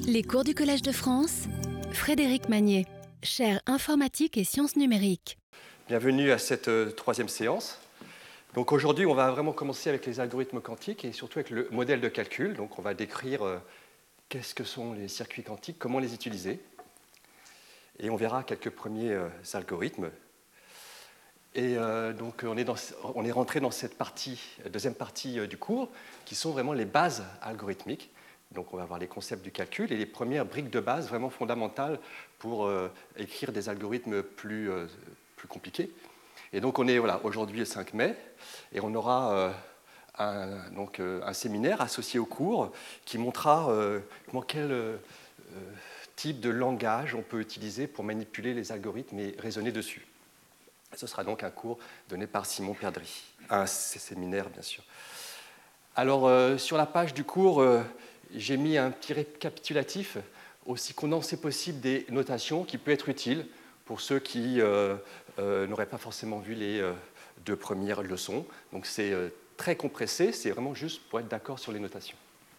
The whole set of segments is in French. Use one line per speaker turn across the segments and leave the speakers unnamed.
Les cours du Collège de France, Frédéric Magnier, chaire informatique et sciences numériques.
Bienvenue à cette troisième séance. Donc aujourd'hui, on va vraiment commencer avec les algorithmes quantiques et surtout avec le modèle de calcul. Donc on va décrire qu'est-ce que sont les circuits quantiques, comment les utiliser. Et on verra quelques premiers algorithmes. Et donc on est rentré dans cette deuxième partie du cours, qui sont vraiment les bases algorithmiques. Donc on va voir les concepts du calcul et les premières briques de base vraiment fondamentales pour écrire des algorithmes plus compliqués. Et donc on est aujourd'hui le 5 mai et on aura un séminaire associé au cours qui montrera quel type de langage on peut utiliser pour manipuler les algorithmes et raisonner dessus. Ce sera donc un cours donné par Simon Perdry, un séminaire bien sûr. Alors sur la page du cours, j'ai mis un petit récapitulatif aussi condensé possible des notations qui peut être utile pour ceux qui n'auraient pas forcément vu les deux premières leçons. Donc c'est très compressé, c'est vraiment juste pour être d'accord sur les notations.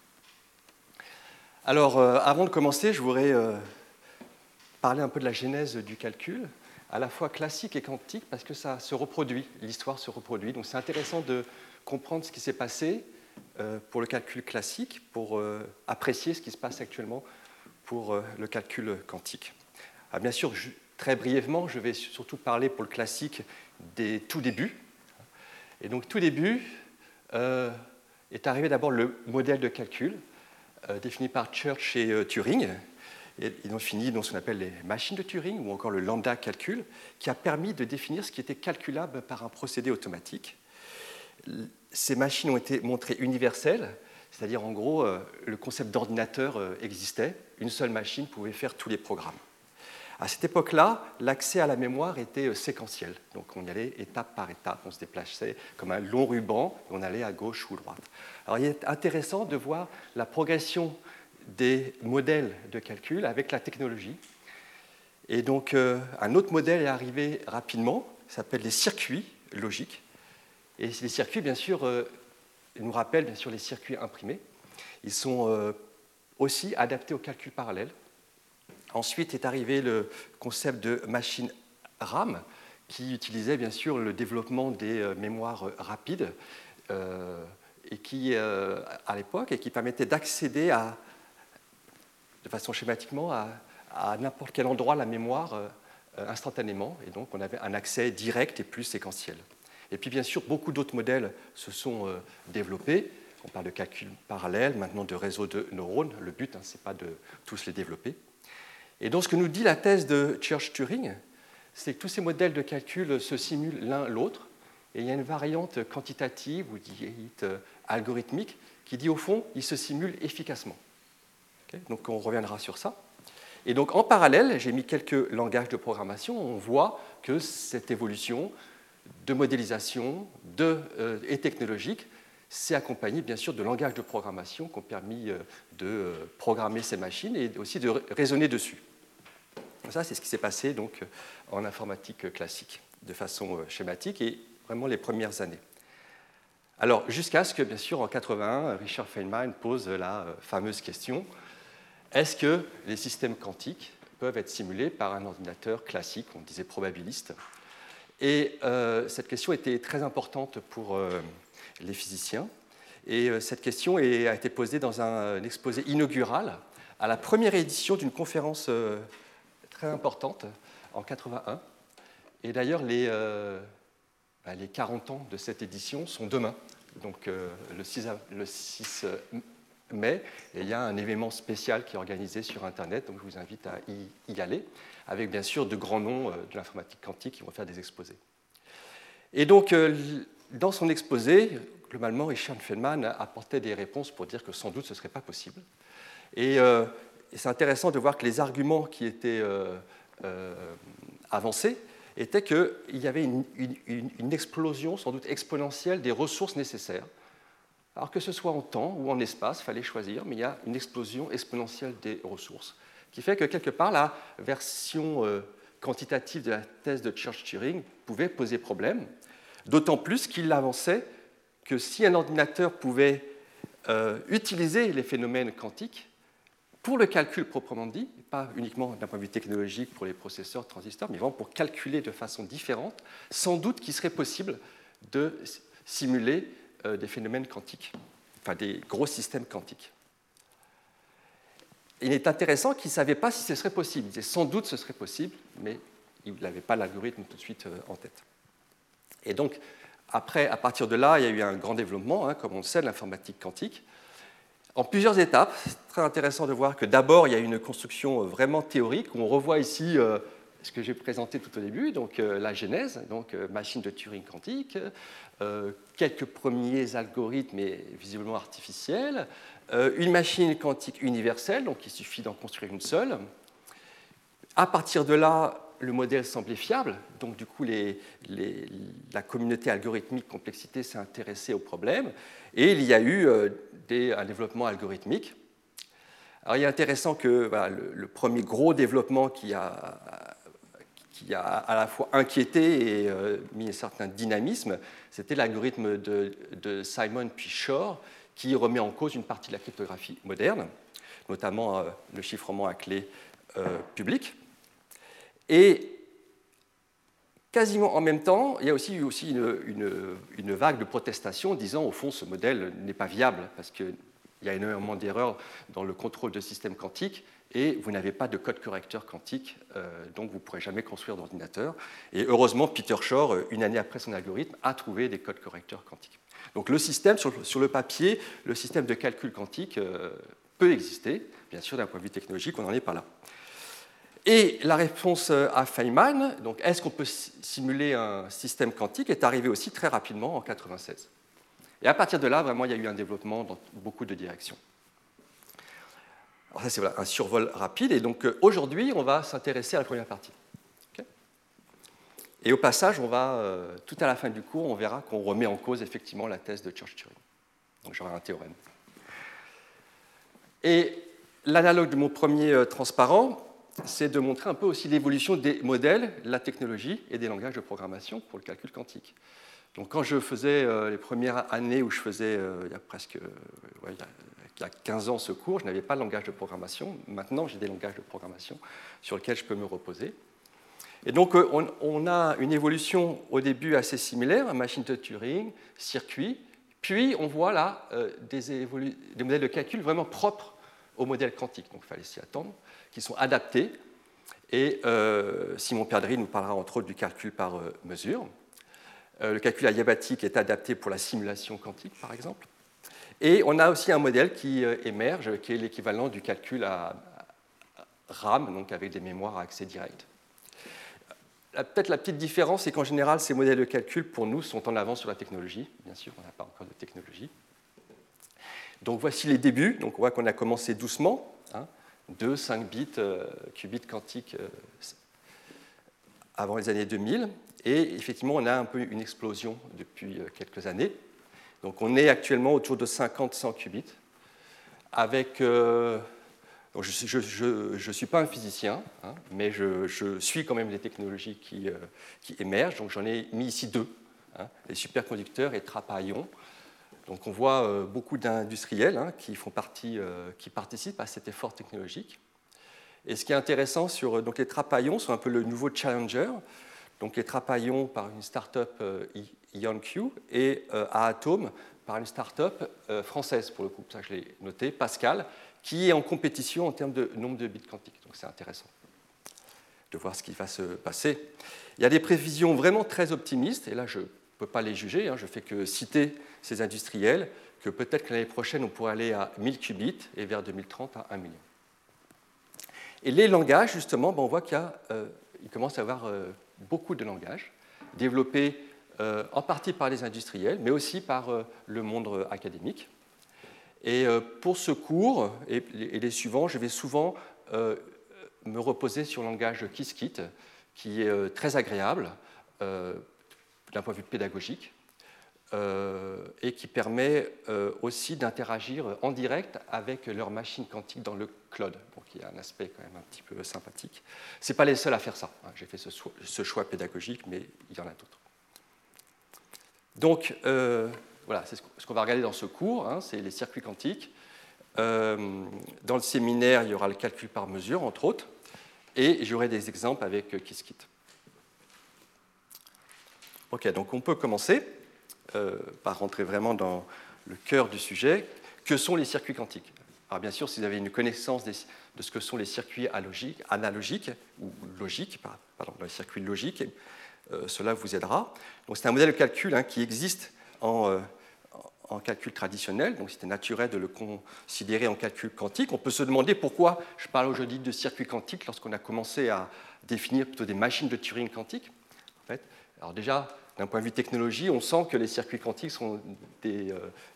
Alors avant de commencer, je voudrais parler un peu de la genèse du calcul, à la fois classique et quantique, parce que ça se reproduit, l'histoire se reproduit. Donc c'est intéressant de comprendre ce qui s'est passé pour le calcul classique, pour apprécier ce qui se passe actuellement pour le calcul quantique. Alors, bien sûr, très brièvement, je vais surtout parler pour le classique des tout débuts. Et donc, tout début est arrivé d'abord le modèle de calcul défini par Church et Turing. Et ils ont fini dans ce qu'on appelle les machines de Turing ou encore le lambda calcul, qui a permis de définir ce qui était calculable par un procédé automatique. Ces machines ont été montrées universelles, c'est-à-dire en gros, le concept d'ordinateur existait, une seule machine pouvait faire tous les programmes. À cette époque-là, l'accès à la mémoire était séquentiel, donc on y allait étape par étape, on se déplaçait comme un long ruban, et on allait à gauche ou à droite. Alors il est intéressant de voir la progression des modèles de calcul avec la technologie. Et donc un autre modèle est arrivé rapidement, ça s'appelle les circuits logiques. Et les circuits, bien sûr, nous rappellent bien sûr les circuits imprimés. Ils sont aussi adaptés au calcul parallèle. Ensuite est arrivé le concept de machine RAM, qui utilisait bien sûr le développement des mémoires rapides, et qui, à l'époque, et qui permettait d'accéder de façon schématiquement à n'importe quel endroit de la mémoire instantanément. Et donc on avait un accès direct et plus séquentiel. Et puis bien sûr, beaucoup d'autres modèles se sont développés. On parle de calcul parallèle, maintenant de réseaux de neurones. Le but, ce n'est pas de tous les développer. Et donc ce que nous dit la thèse de Church-Turing, c'est que tous ces modèles de calcul se simulent l'un l'autre. Et il y a une variante quantitative ou dite algorithmique qui dit au fond, ils se simulent efficacement. Okay, donc on reviendra sur ça. Et donc en parallèle, j'ai mis quelques langages de programmation. On voit que cette évolution de modélisation et technologique s'est accompagnée bien sûr de langages de programmation qui ont permis de programmer ces machines et aussi de raisonner dessus. Ça, c'est ce qui s'est passé donc, en informatique classique, de façon schématique et vraiment les premières années. Alors, jusqu'à ce que, bien sûr, en 1981, Richard Feynman pose la fameuse question: est-ce que les systèmes quantiques peuvent être simulés par un ordinateur classique, on disait probabiliste? Et cette question était très importante pour les physiciens. Et cette question a été posée dans un exposé inaugural à la première édition d'une conférence très importante en 1981. Et d'ailleurs, les 40 ans de cette édition sont demain, donc le 6 mai. Et il y a un événement spécial qui est organisé sur Internet, donc je vous invite à y aller, avec bien sûr de grands noms de l'informatique quantique qui vont faire des exposés. Et donc, dans son exposé, globalement, Richard Feynman apportait des réponses pour dire que sans doute ce ne serait pas possible. Et c'est intéressant de voir que les arguments qui étaient avancés étaient qu'il y avait une explosion, sans doute exponentielle, des ressources nécessaires. Alors que ce soit en temps ou en espace, il fallait choisir, mais il y a une explosion exponentielle des ressources, qui fait que quelque part, la version quantitative de la thèse de Church-Turing pouvait poser problème, d'autant plus qu'il avançait que si un ordinateur pouvait utiliser les phénomènes quantiques pour le calcul proprement dit, pas uniquement d'un point de vue technologique pour les processeurs, transistors, mais vraiment pour calculer de façon différente, sans doute qu'il serait possible de simuler des phénomènes quantiques, enfin des gros systèmes quantiques. Il est intéressant qu'il ne savait pas si ce serait possible. Il disait sans doute ce serait possible, mais il n'avait pas l'algorithme tout de suite en tête. Et donc, après, à partir de là, il y a eu un grand développement, comme on le sait, de l'informatique quantique. En plusieurs étapes, c'est très intéressant de voir que d'abord, il y a une construction vraiment théorique, où on revoit ici ce que j'ai présenté tout au début, donc la genèse, donc machine de Turing quantique, quelques premiers algorithmes, mais visiblement artificiels, une machine quantique universelle, donc il suffit d'en construire une seule. À partir de là, le modèle semblait fiable, donc du coup la communauté algorithmique complexité s'est intéressée au problème, et il y a eu un développement algorithmique. Alors il est intéressant que voilà, le premier gros développement qui a à la fois inquiété et mis un certain dynamisme, c'était l'algorithme de Simon puis Shor, qui remet en cause une partie de la cryptographie moderne, notamment le chiffrement à clé publique. Et quasiment en même temps, il y a aussi eu une vague de protestation disant au fond ce modèle n'est pas viable parce qu'il y a énormément d'erreurs dans le contrôle de systèmes quantiques et vous n'avez pas de code correcteur quantique, donc vous ne pourrez jamais construire d'ordinateur. Et heureusement, Peter Shor, une année après son algorithme, a trouvé des codes correcteurs quantiques. Donc le système, sur le papier, le système de calcul quantique peut exister, bien sûr d'un point de vue technologique, on n'en est pas là. Et la réponse à Feynman, donc est-ce qu'on peut simuler un système quantique, est arrivée aussi très rapidement en 1996. Et à partir de là, vraiment, il y a eu un développement dans beaucoup de directions. Alors ça, c'est voilà, un survol rapide. Et donc aujourd'hui, on va s'intéresser à la première partie. Okay, et au passage, on va, tout à la fin du cours, on verra qu'on remet en cause effectivement la thèse de Church-Turing. Donc j'aurai un théorème. Et l'analogue de mon premier transparent, c'est de montrer un peu aussi l'évolution des modèles, la technologie et des langages de programmation pour le calcul quantique. Donc quand je faisais les premières années où je faisais, il y a 15 ans ce cours, je n'avais pas de langage de programmation. Maintenant, j'ai des langages de programmation sur lesquels je peux me reposer. Et donc on a une évolution au début assez similaire, machine de Turing, circuit, puis on voit là des modèles de calcul vraiment propres au modèle quantique, donc il fallait s'y attendre, qui sont adaptés. Et Simon Perdry nous parlera entre autres du calcul par mesure. Le calcul adiabatique est adapté pour la simulation quantique, par exemple. Et on a aussi un modèle qui émerge, qui est l'équivalent du calcul à RAM, donc avec des mémoires à accès direct. Peut-être la petite différence, c'est qu'en général, ces modèles de calcul, pour nous, sont en avance sur la technologie. Bien sûr, on n'a pas encore de technologie. Donc voici les débuts. Donc on voit qu'on a commencé doucement, 2, 5 bits, qubits quantiques avant les années 2000. Et effectivement, on a un peu une explosion depuis quelques années. Donc on est actuellement autour de 50-100 qubits. Avec, donc je ne suis pas un physicien, mais je suis quand même les technologies qui émergent. Donc j'en ai mis ici 2, les superconducteurs et trappes à ions. Donc on voit beaucoup d'industriels qui participent à cet effort technologique. Et ce qui est intéressant sur donc les trappes à ions sont un peu le nouveau challenger. Donc les trappes à ions par une start-up IonQ et à Atom par une start-up française pour le coup, ça je l'ai noté, Pascal, qui est en compétition en termes de nombre de bits quantiques. Donc c'est intéressant de voir ce qui va se passer. Il y a des prévisions vraiment très optimistes, et là je ne peux pas les juger, je ne fais que citer ces industriels, que peut-être que l'année prochaine on pourrait aller à 1000 qubits et vers 2030 à 1 million. Et les langages, justement, on voit qu'il commence à y avoir beaucoup de langages développés en partie par les industriels, mais aussi par le monde académique. Et pour ce cours et les suivants, je vais souvent me reposer sur le langage Qiskit, qui est très agréable d'un point de vue pédagogique et qui permet aussi d'interagir en direct avec leur machine quantique dans le cloud. Donc il y a un aspect quand même un petit peu sympathique. Ce n'est pas les seuls à faire ça. J'ai fait ce choix pédagogique, mais il y en a d'autres. Donc voilà, c'est ce qu'on va regarder dans ce cours, c'est les circuits quantiques. Dans le séminaire, il y aura le calcul par mesure, entre autres, et j'aurai des exemples avec Qiskit. Ok, donc on peut commencer par rentrer vraiment dans le cœur du sujet. Que sont les circuits quantiques? Alors bien sûr, si vous avez une connaissance de ce que sont les circuits analogiques ou logiques, pardon, les circuits logiques, cela vous aidera. Donc c'est un modèle de calcul qui existe en calcul traditionnel, donc c'était naturel de le considérer en calcul quantique. On peut se demander pourquoi je parle aujourd'hui de circuits quantiques lorsqu'on a commencé à définir plutôt des machines de Turing quantiques. En fait. Alors déjà, d'un point de vue technologie, on sent que les circuits quantiques sont des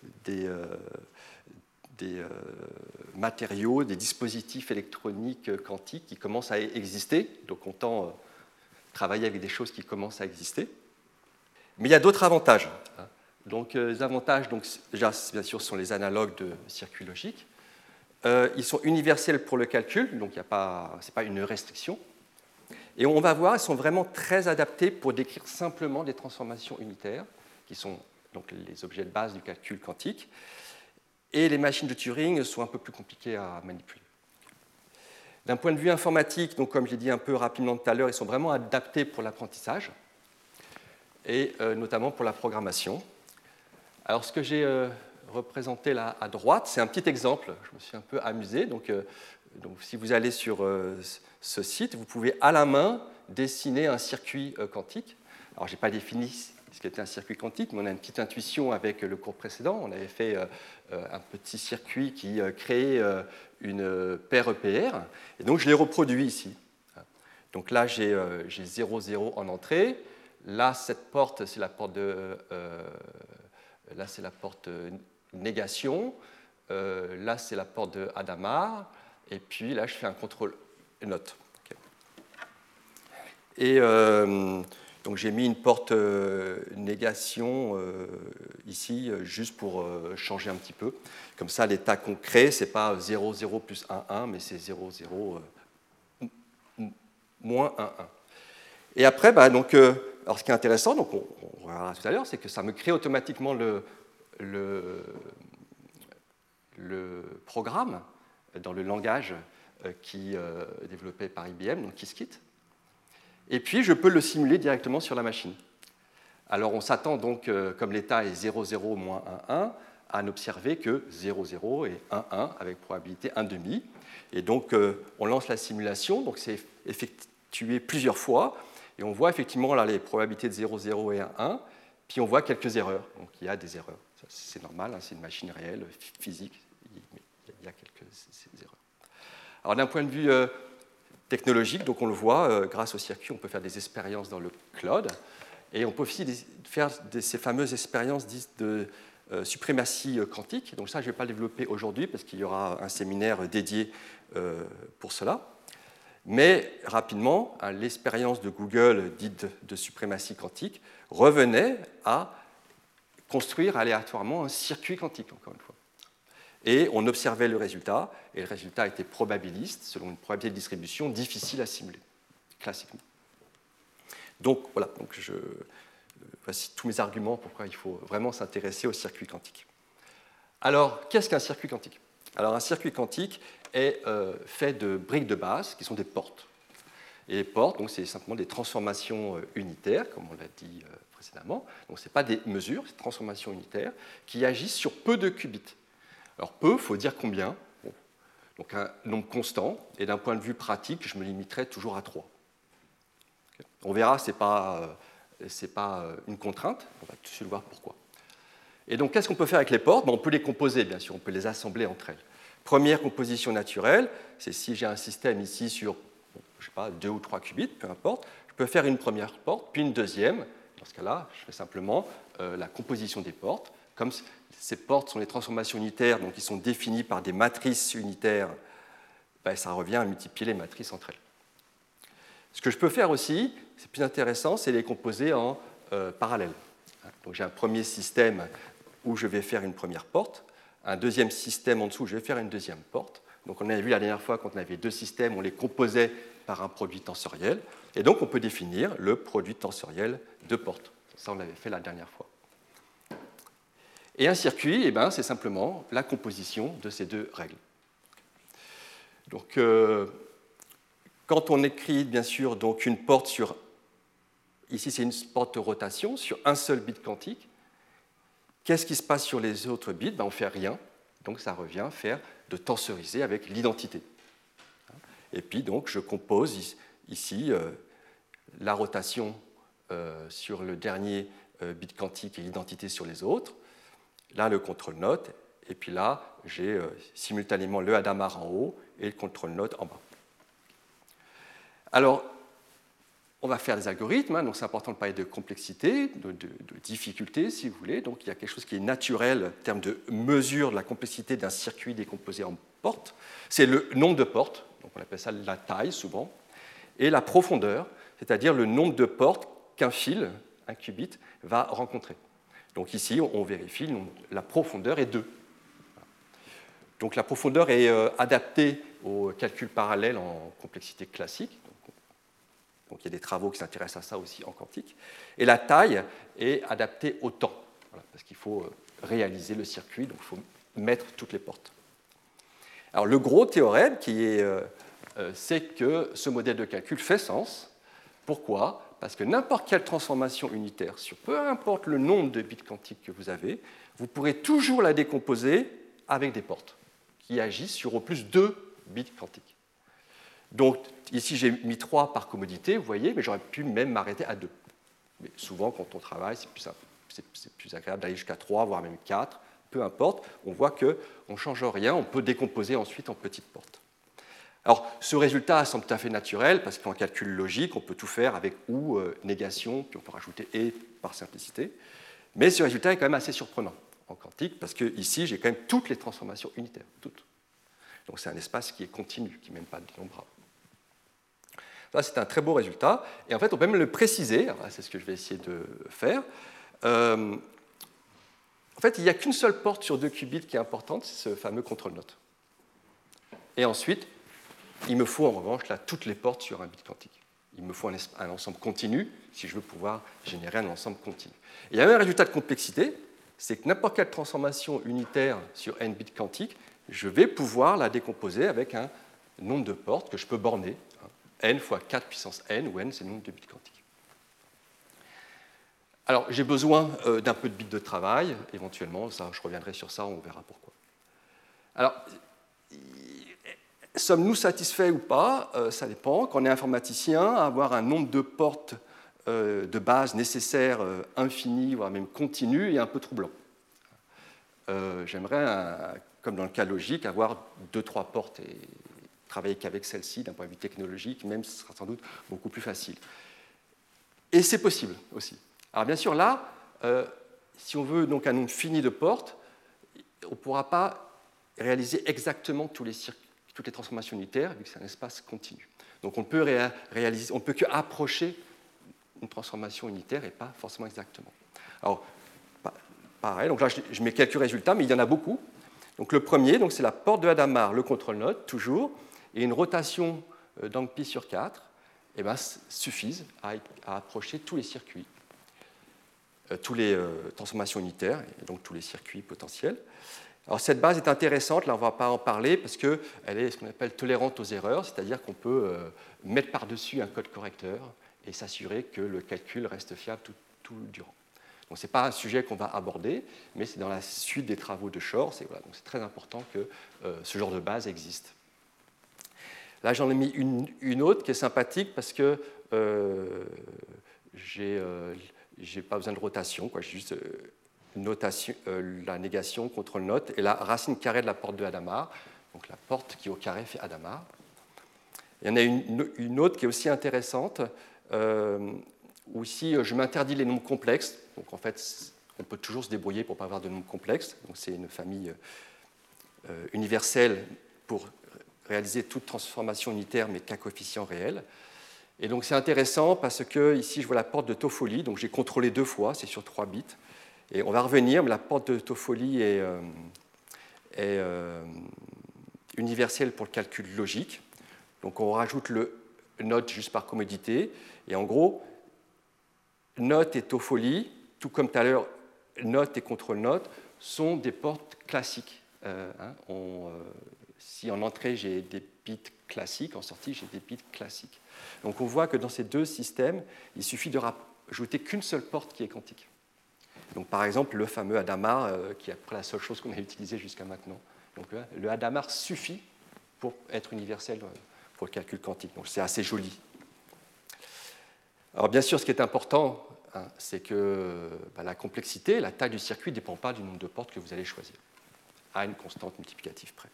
matériaux, des dispositifs électroniques quantiques qui commencent à exister. Donc on tend travailler avec des choses qui commencent à exister. Mais il y a d'autres avantages. Donc les avantages, déjà, bien sûr, sont les analogues de circuits logiques. Ils sont universels pour le calcul, donc ce n'est pas une restriction. Et on va voir, ils sont vraiment très adaptés pour décrire simplement des transformations unitaires, qui sont donc les objets de base du calcul quantique. Et les machines de Turing sont un peu plus compliquées à manipuler. D'un point de vue informatique, donc comme j'ai dit un peu rapidement tout à l'heure, ils sont vraiment adaptés pour l'apprentissage, et notamment pour la programmation. Alors ce que j'ai représenté là à droite, c'est un petit exemple, je me suis un peu amusé. Donc si vous allez sur ce site, vous pouvez à la main dessiner un circuit quantique. Alors je n'ai pas défini ce qu'était un circuit quantique, mais on a une petite intuition avec le cours précédent. On avait fait un petit circuit qui créait une paire EPR, et donc je l'ai reproduit ici. Donc là, j'ai 0, 0 en entrée. Là, cette porte, c'est la porte de... là, c'est la porte négation. Là, c'est la porte de Hadamard. Et puis là, je fais un contrôle note. Okay. Et donc, j'ai mis une porte négation ici, juste pour changer un petit peu. Comme ça, l'état qu'on crée, ce n'est pas 0, 0 plus 1, 1, mais c'est 0, 0, moins 1, 1. Et après, donc, alors ce qui est intéressant, donc on verra tout à l'heure, c'est que ça me crée automatiquement le programme dans le langage qui est développé par IBM, donc Qiskit. Et puis, je peux le simuler directement sur la machine. Alors, on s'attend donc, comme l'état est 0, 0, moins 1, 1, à n'observer que 0, 0 et 1, 1 avec probabilité 1,5. Et donc, on lance la simulation, donc c'est effectué plusieurs fois. Et on voit effectivement là, les probabilités de 0, 0 et 1, 1, puis on voit quelques erreurs. Donc il y a des erreurs. C'est normal, c'est une machine réelle, physique, il y a quelques erreurs. Alors d'un point de vue technologique, donc on le voit, grâce au circuit, on peut faire des expériences dans le cloud, et on peut aussi faire ces fameuses expériences de suprématie quantique. Donc ça, je ne vais pas le développer aujourd'hui, parce qu'il y aura un séminaire dédié pour cela. Mais rapidement, l'expérience de Google dite de suprématie quantique revenait à construire aléatoirement un circuit quantique, encore une fois. Et on observait le résultat, et le résultat était probabiliste, selon une probabilité de distribution difficile à simuler, classiquement. Donc voilà, voici tous mes arguments pourquoi il faut vraiment s'intéresser au circuit quantique. Alors, qu'est-ce qu'un circuit quantique? Alors, un circuit quantique est fait de briques de base qui sont des portes. Et les portes, c'est simplement des transformations unitaires, comme on l'a dit précédemment. Donc, ce n'est pas des mesures, c'est des transformations unitaires qui agissent sur peu de qubits. Alors, peu, il faut dire combien. Bon. Donc, un nombre constant. Et d'un point de vue pratique, je me limiterai toujours à 3. Okay. On verra, ce n'est pas une contrainte. On va tout de suite voir pourquoi. Et donc, qu'est-ce qu'on peut faire avec les portes? On peut les composer, bien sûr. On peut les assembler entre elles. Première composition naturelle, c'est si j'ai un système ici sur, je sais pas, 2 ou 3 qubits, peu importe, je peux faire une première porte, puis une deuxième. Dans ce cas-là, je fais simplement la composition des portes. Comme ces portes sont des transformations unitaires, donc ils sont définies par des matrices unitaires, ça revient à multiplier les matrices entre elles. Ce que je peux faire aussi, c'est plus intéressant, c'est les composer en parallèle. Donc j'ai un premier système où je vais faire une première porte, un deuxième système en dessous, je vais faire une deuxième porte. Donc on avait vu la dernière fois, quand on avait deux systèmes, on les composait par un produit tensoriel. Et donc on peut définir le produit tensoriel de portes. Ça, on l'avait fait la dernière fois. Et un circuit, eh ben, c'est simplement la composition de ces deux règles. Donc, quand on écrit, bien sûr, donc une porte sur... Ici, c'est une porte de rotation sur un seul bit quantique. Qu'est-ce qui se passe sur les autres bits? Ben, on ne fait rien. Donc, ça revient à faire de tensoriser avec l'identité. Et puis, donc, je compose ici la rotation sur le dernier bit quantique et l'identité sur les autres. Là, le contrôle note. Et puis là, j'ai simultanément le Hadamard en haut et le contrôle note en bas. Alors, on va faire des algorithmes, donc c'est important de parler de complexité, de difficulté, si vous voulez. Donc, il y a quelque chose qui est naturel en termes de mesure de la complexité d'un circuit décomposé en portes. C'est le nombre de portes, donc on appelle ça la taille souvent, et la profondeur, c'est-à-dire le nombre de portes qu'un fil, un qubit, va rencontrer. Donc ici, on vérifie, la profondeur est 2. Donc la profondeur est adaptée au calcul parallèle en complexité classique. Donc il y a des travaux qui s'intéressent à ça aussi en quantique. Et la taille est adaptée au temps, voilà, parce qu'il faut réaliser le circuit, donc il faut mettre toutes les portes. Alors le gros théorème, c'est que ce modèle de calcul fait sens. Pourquoi? Parce que n'importe quelle transformation unitaire, sur peu importe le nombre de bits quantiques que vous avez, vous pourrez toujours la décomposer avec des portes qui agissent sur au plus 2 bits quantiques. Donc ici j'ai mis 3 par commodité, vous voyez, mais j'aurais pu même m'arrêter à 2. Mais souvent quand on travaille, c'est plus agréable d'aller jusqu'à 3, voire même 4, peu importe, on voit qu'on ne change rien, on peut décomposer ensuite en petites portes. Alors, ce résultat semble tout à fait naturel, parce qu'en calcul logique, on peut tout faire avec ou négation, puis on peut rajouter et par simplicité. Mais ce résultat est quand même assez surprenant en quantique, parce qu'ici, j'ai quand même toutes les transformations unitaires, toutes. Donc c'est un espace qui est continu, qui n'est même pas dénombrable. Ça, c'est un très beau résultat. Et en fait, on peut même le préciser, c'est ce que je vais essayer de faire. En fait, il n'y a qu'une seule porte sur 2 qubits qui est importante, c'est ce fameux contrôle note. Et ensuite, il me faut en revanche là, toutes les portes sur un bit quantique. Il me faut un ensemble continu si je veux pouvoir générer un ensemble continu. Et il y a un résultat de complexité, c'est que n'importe quelle transformation unitaire sur n bits quantiques, je vais pouvoir la décomposer avec un nombre de portes que je peux borner, n fois 4 puissance n, où n c'est le nombre de bits quantiques. Alors j'ai besoin d'un peu de bits de travail, éventuellement, ça, je reviendrai sur ça, on verra pourquoi. Alors, sommes-nous satisfaits ou pas? Ça dépend. Quand on est informaticien, avoir un nombre de portes de base nécessaires, infini, voire même continu, est un peu troublant. J'aimerais, comme dans le cas logique, avoir 2-3 portes et travailler qu'avec celle-ci d'un point de vue technologique, même ce sera sans doute beaucoup plus facile. Et c'est possible aussi. Alors bien sûr, là, si on veut donc un nombre fini de portes, on ne pourra pas réaliser exactement toutes les transformations unitaires, vu que c'est un espace continu. Donc on peut réaliser, on peut que approcher une transformation unitaire et pas forcément exactement. Alors, pareil, donc là je mets quelques résultats, mais il y en a beaucoup. Donc le premier, donc, c'est la porte de Hadamard, le contrôle note, toujours, et une rotation d'angle pi sur 4 eh ben, suffisent à approcher tous les circuits, toutes les transformations unitaires, et donc tous les circuits potentiels. Alors cette base est intéressante, là on ne va pas en parler parce qu'elle est ce qu'on appelle tolérante aux erreurs, c'est-à-dire qu'on peut mettre par-dessus un code correcteur et s'assurer que le calcul reste fiable tout durant. Donc ce n'est pas un sujet qu'on va aborder, mais c'est dans la suite des travaux de Shor, c'est très important que ce genre de base existe. Là j'en ai mis une autre qui est sympathique parce que j'ai pas besoin de rotation, j'ai juste notation, la négation, contrôle note, et la racine carrée de la porte de Hadamard, donc la porte qui au carré fait Hadamard. Il y en a une autre qui est aussi intéressante, où ici je m'interdis les nombres complexes, donc en fait on peut toujours se débrouiller pour ne pas avoir de nombres complexes, donc c'est une famille universelle pour réaliser toute transformation unitaire mais qu'à coefficient réel. Et donc c'est intéressant parce que ici je vois la porte de Toffoli, donc j'ai contrôlé 2 fois, c'est sur 3 bits. Et on va revenir, mais la porte de Toffoli est universelle pour le calcul logique. Donc on rajoute le note juste par commodité. Et en gros, note et Toffoli, tout comme tout à l'heure, note et contrôle note, sont des portes classiques. Si en entrée j'ai des bits classiques, en sortie j'ai des bits classiques. Donc on voit que dans ces deux systèmes, il suffit de rajouter qu'une seule porte qui est quantique. Donc par exemple le fameux Hadamard, qui est la seule chose qu'on a utilisée jusqu'à maintenant. Donc le Hadamard suffit pour être universel pour le calcul quantique. Donc c'est assez joli. Alors bien sûr, ce qui est important, c'est que la complexité, la taille du circuit ne dépend pas du nombre de portes que vous allez choisir, à une constante multiplicative près.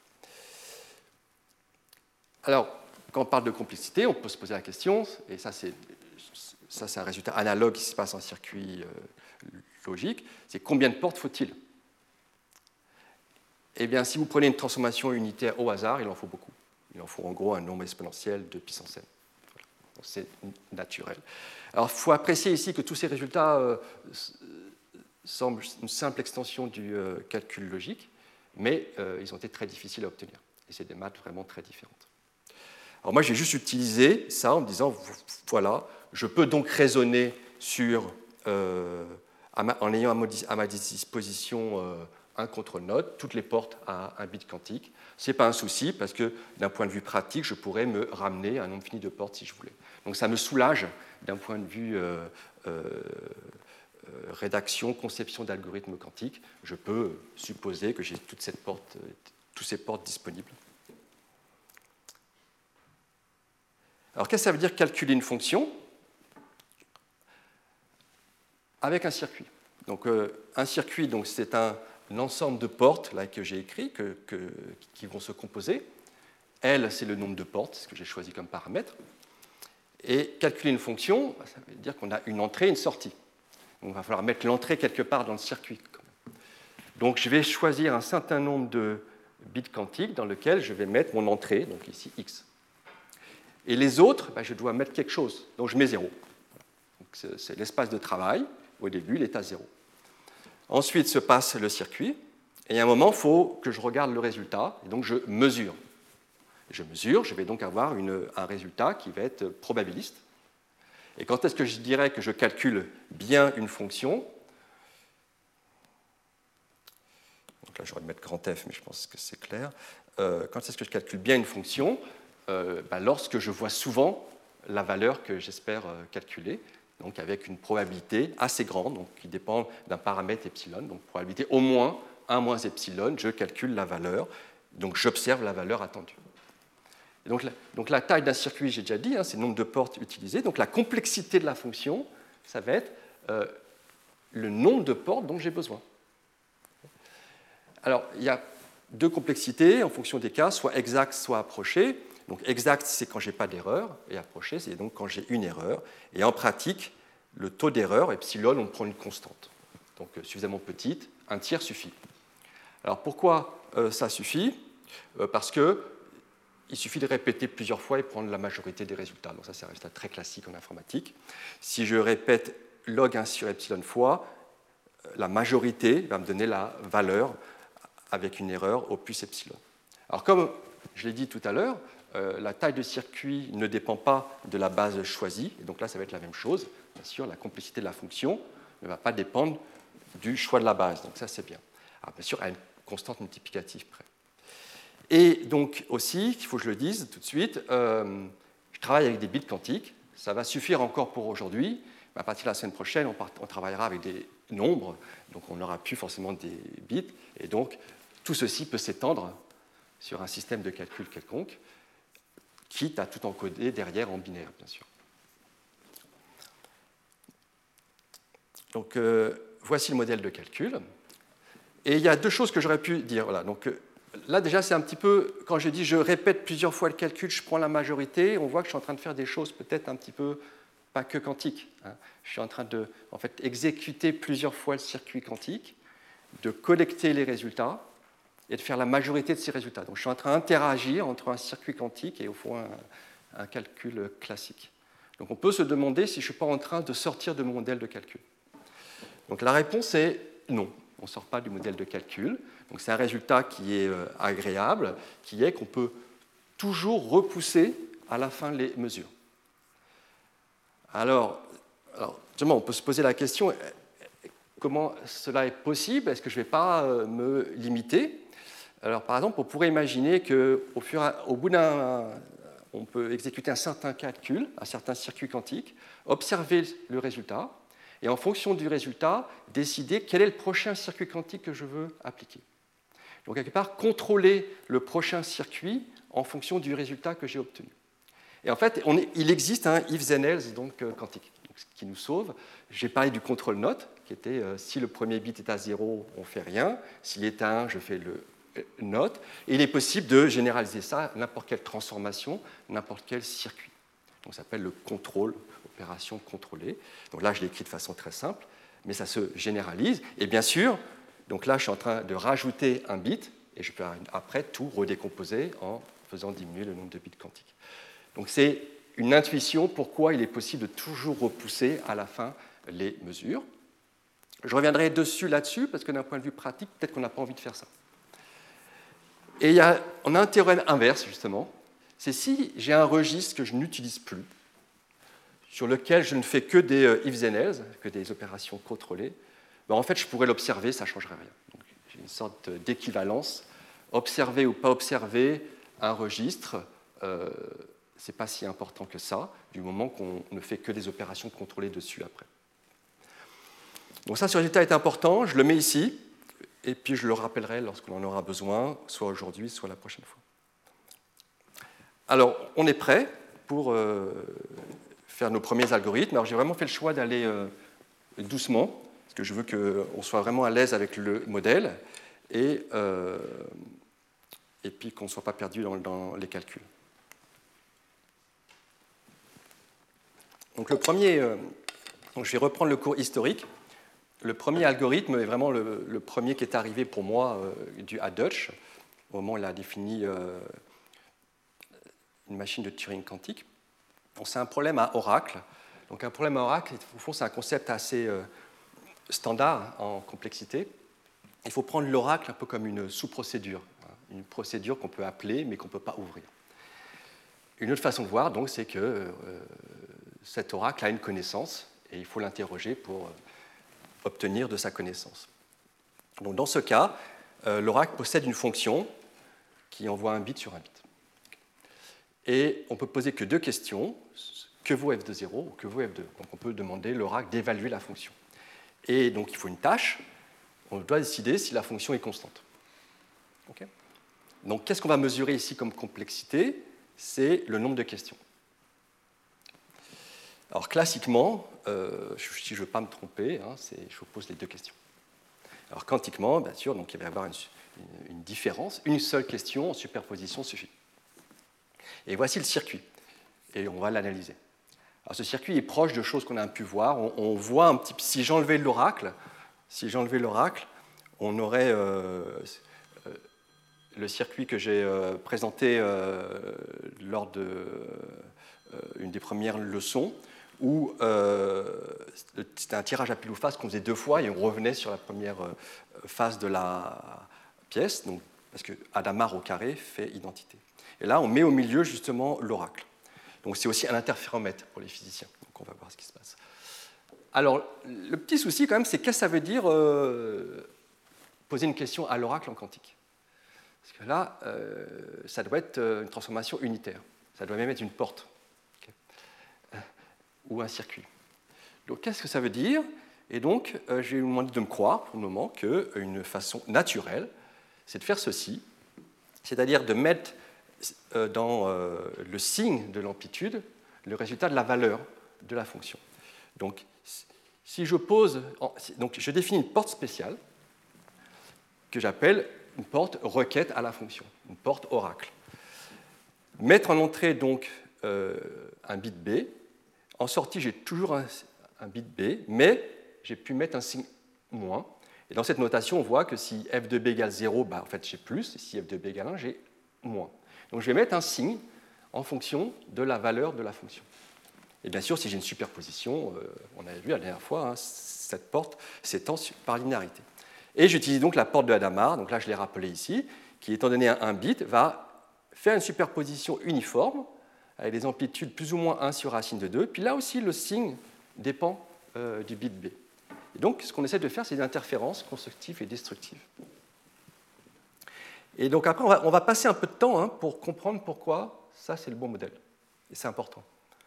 Alors, quand on parle de complexité, on peut se poser la question, et ça c'est un résultat analogue qui se passe en circuit logique, c'est combien de portes faut-il? Eh bien, si vous prenez une transformation unitaire au hasard, il en faut beaucoup. Il en faut en gros un nombre exponentiel de puissance n. Voilà. C'est naturel. Alors, il faut apprécier ici que tous ces résultats semblent une simple extension du calcul logique, mais ils ont été très difficiles à obtenir. Et c'est des maths vraiment très différentes. Alors moi, j'ai juste utilisé ça en me disant, voilà, je peux donc raisonner sur, en ayant à ma disposition un contrôle node, toutes les portes à un bit quantique. Ce n'est pas un souci, parce que d'un point de vue pratique, je pourrais me ramener à un nombre fini de portes si je voulais. Donc ça me soulage d'un point de vue rédaction, conception d'algorithmes quantiques. Je peux supposer que j'ai toutes ces portes disponibles. Alors, qu'est-ce que ça veut dire calculer une fonction avec un circuit? Donc, un circuit, donc, c'est un ensemble de portes là, que j'ai écrit, qui vont se composer. L, c'est le nombre de portes, ce que j'ai choisi comme paramètre. Et calculer une fonction, ça veut dire qu'on a une entrée et une sortie. Donc, il va falloir mettre l'entrée quelque part dans le circuit. Donc, je vais choisir un certain nombre de bits quantiques dans lequel je vais mettre mon entrée, donc ici x. Et les autres, je dois mettre quelque chose, donc je mets 0. C'est l'espace de travail. Au début, il est à 0. Ensuite se passe le circuit, et à un moment, il faut que je regarde le résultat, et donc je mesure. Je mesure, je vais donc avoir un résultat qui va être probabiliste. Et quand est-ce que je dirais que je calcule bien une fonction? Donc là, j'aurais dû mettre grand F, mais je pense que c'est clair. Quand est-ce que je calcule bien une fonction? Lorsque je vois souvent la valeur que j'espère calculer, donc avec une probabilité assez grande, donc qui dépend d'un paramètre epsilon, donc probabilité au moins 1 moins epsilon, je calcule la valeur, donc j'observe la valeur attendue. Et donc la taille d'un circuit, j'ai déjà dit, c'est le nombre de portes utilisées, donc la complexité de la fonction, ça va être le nombre de portes dont j'ai besoin. Alors, il y a deux complexités en fonction des cas, soit exact, soit approché. Donc exact, c'est quand je n'ai pas d'erreur, et approché, c'est donc quand j'ai une erreur. Et en pratique, le taux d'erreur, epsilon, on prend une constante. Donc suffisamment petite, un tiers suffit. Alors pourquoi ça suffit? Parce qu'il suffit de répéter plusieurs fois et prendre la majorité des résultats. Donc ça, c'est un résultat très classique en informatique. Si je répète log 1 sur epsilon fois, la majorité va me donner la valeur avec une erreur au plus epsilon. Alors comme je l'ai dit tout à l'heure, la taille de circuit ne dépend pas de la base choisie, et donc là ça va être la même chose. Bien sûr, la complexité de la fonction ne va pas dépendre du choix de la base, donc ça c'est bien. Alors bien sûr, à une constante multiplicative près. Et donc aussi, il faut que je le dise tout de suite, je travaille avec des bits quantiques, ça va suffire encore pour aujourd'hui. À partir de la semaine prochaine, on travaillera avec des nombres, donc on n'aura plus forcément des bits, et donc tout ceci peut s'étendre sur un système de calcul quelconque, quitte à tout encoder derrière en binaire, bien sûr. Donc, voici le modèle de calcul. Et il y a deux choses que j'aurais pu dire. Voilà. Donc, là, déjà, c'est un petit peu, quand je dis je répète plusieurs fois le calcul, je prends la majorité, on voit que je suis en train de faire des choses peut-être un petit peu pas que quantiques. Je suis en train de exécuter plusieurs fois le circuit quantique, de collecter les résultats, et de faire la majorité de ces résultats. Donc je suis en train d'interagir entre un circuit quantique et au fond un calcul classique. Donc on peut se demander si je ne suis pas en train de sortir de mon modèle de calcul. Donc la réponse est non, on ne sort pas du modèle de calcul. Donc c'est un résultat qui est agréable, qui est qu'on peut toujours repousser à la fin les mesures. Alors justement, on peut se poser la question, comment cela est possible? Est-ce que je ne vais pas me limiter? Alors, par exemple, on pourrait imaginer qu'au bout on peut exécuter un certain calcul, un certain circuit quantique, observer le résultat, et en fonction du résultat, décider quel est le prochain circuit quantique que je veux appliquer. Donc, quelque part, contrôler le prochain circuit en fonction du résultat que j'ai obtenu. Et en fait, il existe un if then else quantique, donc, ce qui nous sauve. J'ai parlé du contrôle note, qui était si le premier bit est à 0, on ne fait rien. S'il est à 1, je fais le note. Et il est possible de généraliser ça à n'importe quelle transformation, n'importe quel circuit. Donc, ça s'appelle le contrôle, opération contrôlée. Donc là, je l'ai écrit de façon très simple, mais ça se généralise. Et bien sûr, donc là, je suis en train de rajouter un bit, et je peux après tout redécomposer en faisant diminuer le nombre de bits quantiques. Donc c'est une intuition pourquoi il est possible de toujours repousser à la fin les mesures. Je reviendrai là-dessus, parce que d'un point de vue pratique, peut-être qu'on n'a pas envie de faire ça. Et on a un théorème inverse, justement. C'est si j'ai un registre que je n'utilise plus, sur lequel je ne fais que des if then else, que des opérations contrôlées, ben en fait, je pourrais l'observer, ça ne changerait rien. Donc, j'ai une sorte d'équivalence. Observer ou pas observer un registre, ce n'est pas si important que ça, du moment qu'on ne fait que des opérations contrôlées dessus après. Donc ça, ce résultat est important, je le mets ici, et puis je le rappellerai lorsqu'on en aura besoin, soit aujourd'hui, soit la prochaine fois. Alors, on est prêt pour faire nos premiers algorithmes. Alors, j'ai vraiment fait le choix d'aller doucement, parce que je veux qu'on soit vraiment à l'aise avec le modèle, et puis qu'on ne soit pas perdu dans les calculs. Donc, je vais reprendre le cours historique. Le premier algorithme est vraiment le premier qui est arrivé pour moi dû à Deutsch, au moment où il a défini une machine de Turing quantique. Donc, c'est un problème à oracle. Donc, un problème à oracle, au fond, c'est un concept assez standard en complexité. Il faut prendre l'oracle un peu comme une sous-procédure, une procédure qu'on peut appeler mais qu'on ne peut pas ouvrir. Une autre façon de voir, donc, c'est que cet oracle a une connaissance et il faut l'interroger pour obtenir de sa connaissance. Donc, dans ce cas, l'oracle possède une fonction qui envoie un bit sur un bit. Et on ne peut poser que deux questions, que vaut f de 0 ou que vaut f de 2. Donc on peut demander l'oracle d'évaluer la fonction. Et donc il faut une tâche, on doit décider si la fonction est constante. Okay. Donc qu'est-ce qu'on va mesurer ici comme complexité? C'est le nombre de questions. Alors classiquement, si je ne veux pas me tromper, je vous pose les deux questions. Alors quantiquement, bien sûr, donc, il va y avoir une différence, une seule question en superposition suffit. Et voici le circuit, et on va l'analyser. Alors ce circuit est proche de choses qu'on a pu voir. On voit un petit, si j'enlevais l'oracle, on aurait le circuit que j'ai présenté lors d'une des premières leçons, où c'était un tirage à pile ou face qu'on faisait deux fois et on revenait sur la première face de la pièce, donc, parce que Hadamard au carré fait identité. Et là, on met au milieu justement l'oracle. Donc c'est aussi un interféromètre pour les physiciens. Donc on va voir ce qui se passe. Alors, le petit souci quand même, c'est qu'est-ce que ça veut dire poser une question à l'oracle en quantique? Parce que là, ça doit être une transformation unitaire. Ça doit même être une porte. Okay. Ou un circuit. Donc qu'est-ce que ça veut dire? Et donc, je vais vous demander de me croire pour le moment qu'une façon naturelle, c'est de faire ceci, c'est-à-dire de mettre dans le signe de l'amplitude le résultat de la valeur de la fonction. Donc, si je je définis une porte spéciale que j'appelle une porte requête à la fonction, une porte oracle. Mettre en entrée donc un bit B. En sortie, j'ai toujours un bit B, mais j'ai pu mettre un signe moins. Et dans cette notation, on voit que si f de b égale 0, en fait j'ai plus, et si f de b égale 1, j'ai moins. Donc je vais mettre un signe en fonction de la valeur de la fonction. Et bien sûr, si j'ai une superposition, on avait vu la dernière fois, cette porte s'étend par linéarité. Et j'utilise donc la porte de Hadamard, donc là je l'ai rappelé ici, qui étant donné un bit, va faire une superposition uniforme avec des amplitudes plus ou moins 1 sur racine de 2. Puis là aussi, le signe dépend du bit B. Et donc, ce qu'on essaie de faire, c'est des interférences constructives et destructives. Et donc après, on va passer un peu de temps pour comprendre pourquoi ça, c'est le bon modèle. Et c'est important.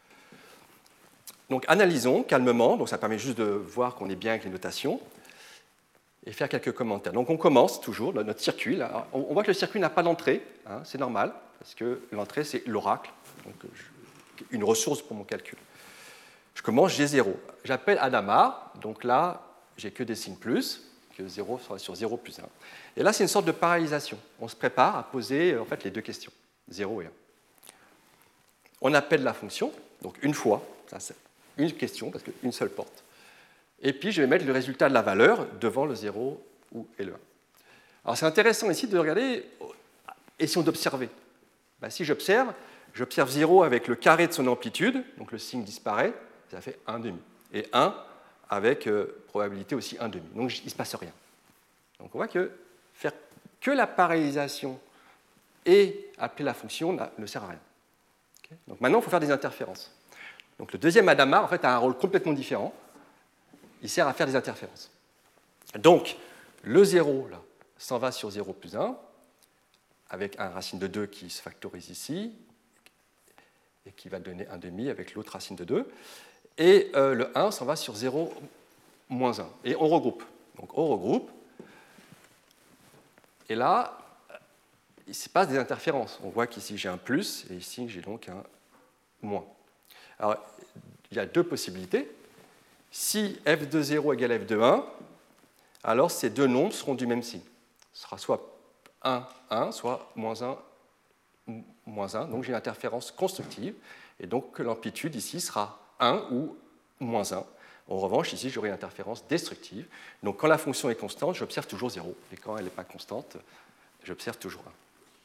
Donc analysons calmement, donc ça permet juste de voir qu'on est bien avec les notations, et faire quelques commentaires. Donc on commence toujours notre circuit. Là. On voit que le circuit n'a pas d'entrée, c'est normal, parce que l'entrée, c'est l'oracle, donc une ressource pour mon calcul. Je commence G0. J'appelle Hadamard, donc là, j'ai que des signes plus, que 0 sera sur 0 plus 1. Et là, c'est une sorte de parallélisation. On se prépare à poser en fait, les deux questions, 0 et 1. On appelle la fonction, donc une fois, ça c'est une question, parce qu'une seule porte. Et puis, je vais mettre le résultat de la valeur devant le 0 et le 1. Alors, c'est intéressant ici de regarder, essayons d'observer. Si j'observe 0 avec le carré de son amplitude, donc le signe disparaît, ça fait 1,5. Et 1 avec probabilité aussi 1,5. Donc, il ne se passe rien. Donc, on voit que faire que la parallélisation et appeler la fonction ne sert à rien. Okay. Donc, maintenant, il faut faire des interférences. Donc, le deuxième Hadamard, en fait, a un rôle complètement différent. Il sert à faire des interférences. Donc, le 0 là, s'en va sur 0 plus 1, avec un racine de 2 qui se factorise ici, et qui va donner 1,5 avec l'autre racine de 2. Et le 1 s'en va sur 0 moins 1. Et on regroupe. Donc, on regroupe. Et là, il se passe des interférences. On voit qu'ici, j'ai un plus, et ici, j'ai donc un moins. Alors, il y a deux possibilités. Si f de 0 égale f de 1, alors ces deux nombres seront du même signe. Ce sera soit 1, 1, soit moins 1, moins 1. Donc j'ai une interférence constructive, et donc l'amplitude ici sera 1 ou moins 1. En revanche, ici, j'aurai une interférence destructive. Donc quand la fonction est constante, j'observe toujours 0. Et quand elle n'est pas constante, j'observe toujours 1.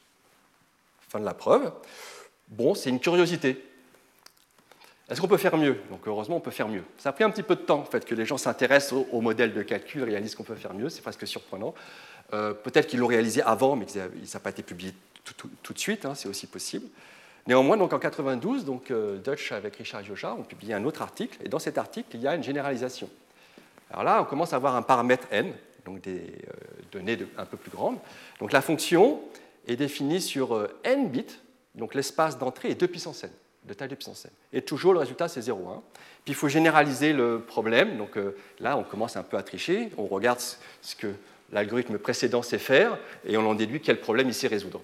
Fin de la preuve. Bon, c'est une curiosité. Est-ce qu'on peut faire mieux? Donc heureusement, on peut faire mieux. Ça a pris un petit peu de temps en fait, que les gens s'intéressent au modèle de calcul, réalisent qu'on peut faire mieux, c'est presque surprenant. Peut-être qu'ils l'ont réalisé avant, mais ça n'a pas été publié tout de suite, c'est aussi possible. Néanmoins, donc, en 1992, Dutch avec Richard Joscha ont publié un autre article, et dans cet article, il y a une généralisation. Alors là, on commence à avoir un paramètre n, donc des données un peu plus grandes. Donc la fonction est définie sur n bits, donc l'espace d'entrée est 2 puissance n. De taille de puissance n. Et toujours, le résultat, c'est 0,1. Puis il faut généraliser le problème. Donc là, on commence un peu à tricher. On regarde ce que l'algorithme précédent sait faire et on en déduit quel problème il sait résoudre.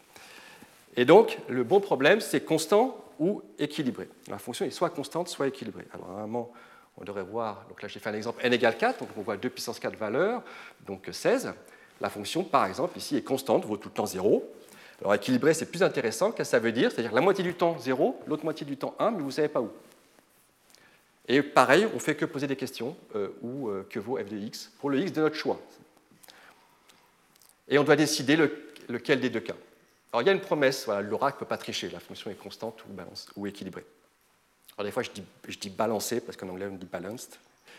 Et donc, le bon problème, c'est constant ou équilibré. La fonction est soit constante, soit équilibrée. Alors, normalement, on devrait voir, donc là, j'ai fait un exemple n égale 4, donc on voit 2 puissance 4 valeurs, donc 16. La fonction, par exemple, ici, est constante, vaut tout le temps 0. Alors équilibré, c'est plus intéressant. Qu'est-ce que ça veut dire? C'est-à-dire la moitié du temps 0, l'autre moitié du temps 1, mais vous ne savez pas où. Et pareil, on ne fait que poser des questions, ou que vaut f de x, pour le x de notre choix. Et on doit décider lequel des deux cas. Alors il y a une promesse, voilà, l'oracle ne peut pas tricher, la fonction est constante ou équilibrée. Alors des fois, je dis balancée, parce qu'en anglais, on dit balanced.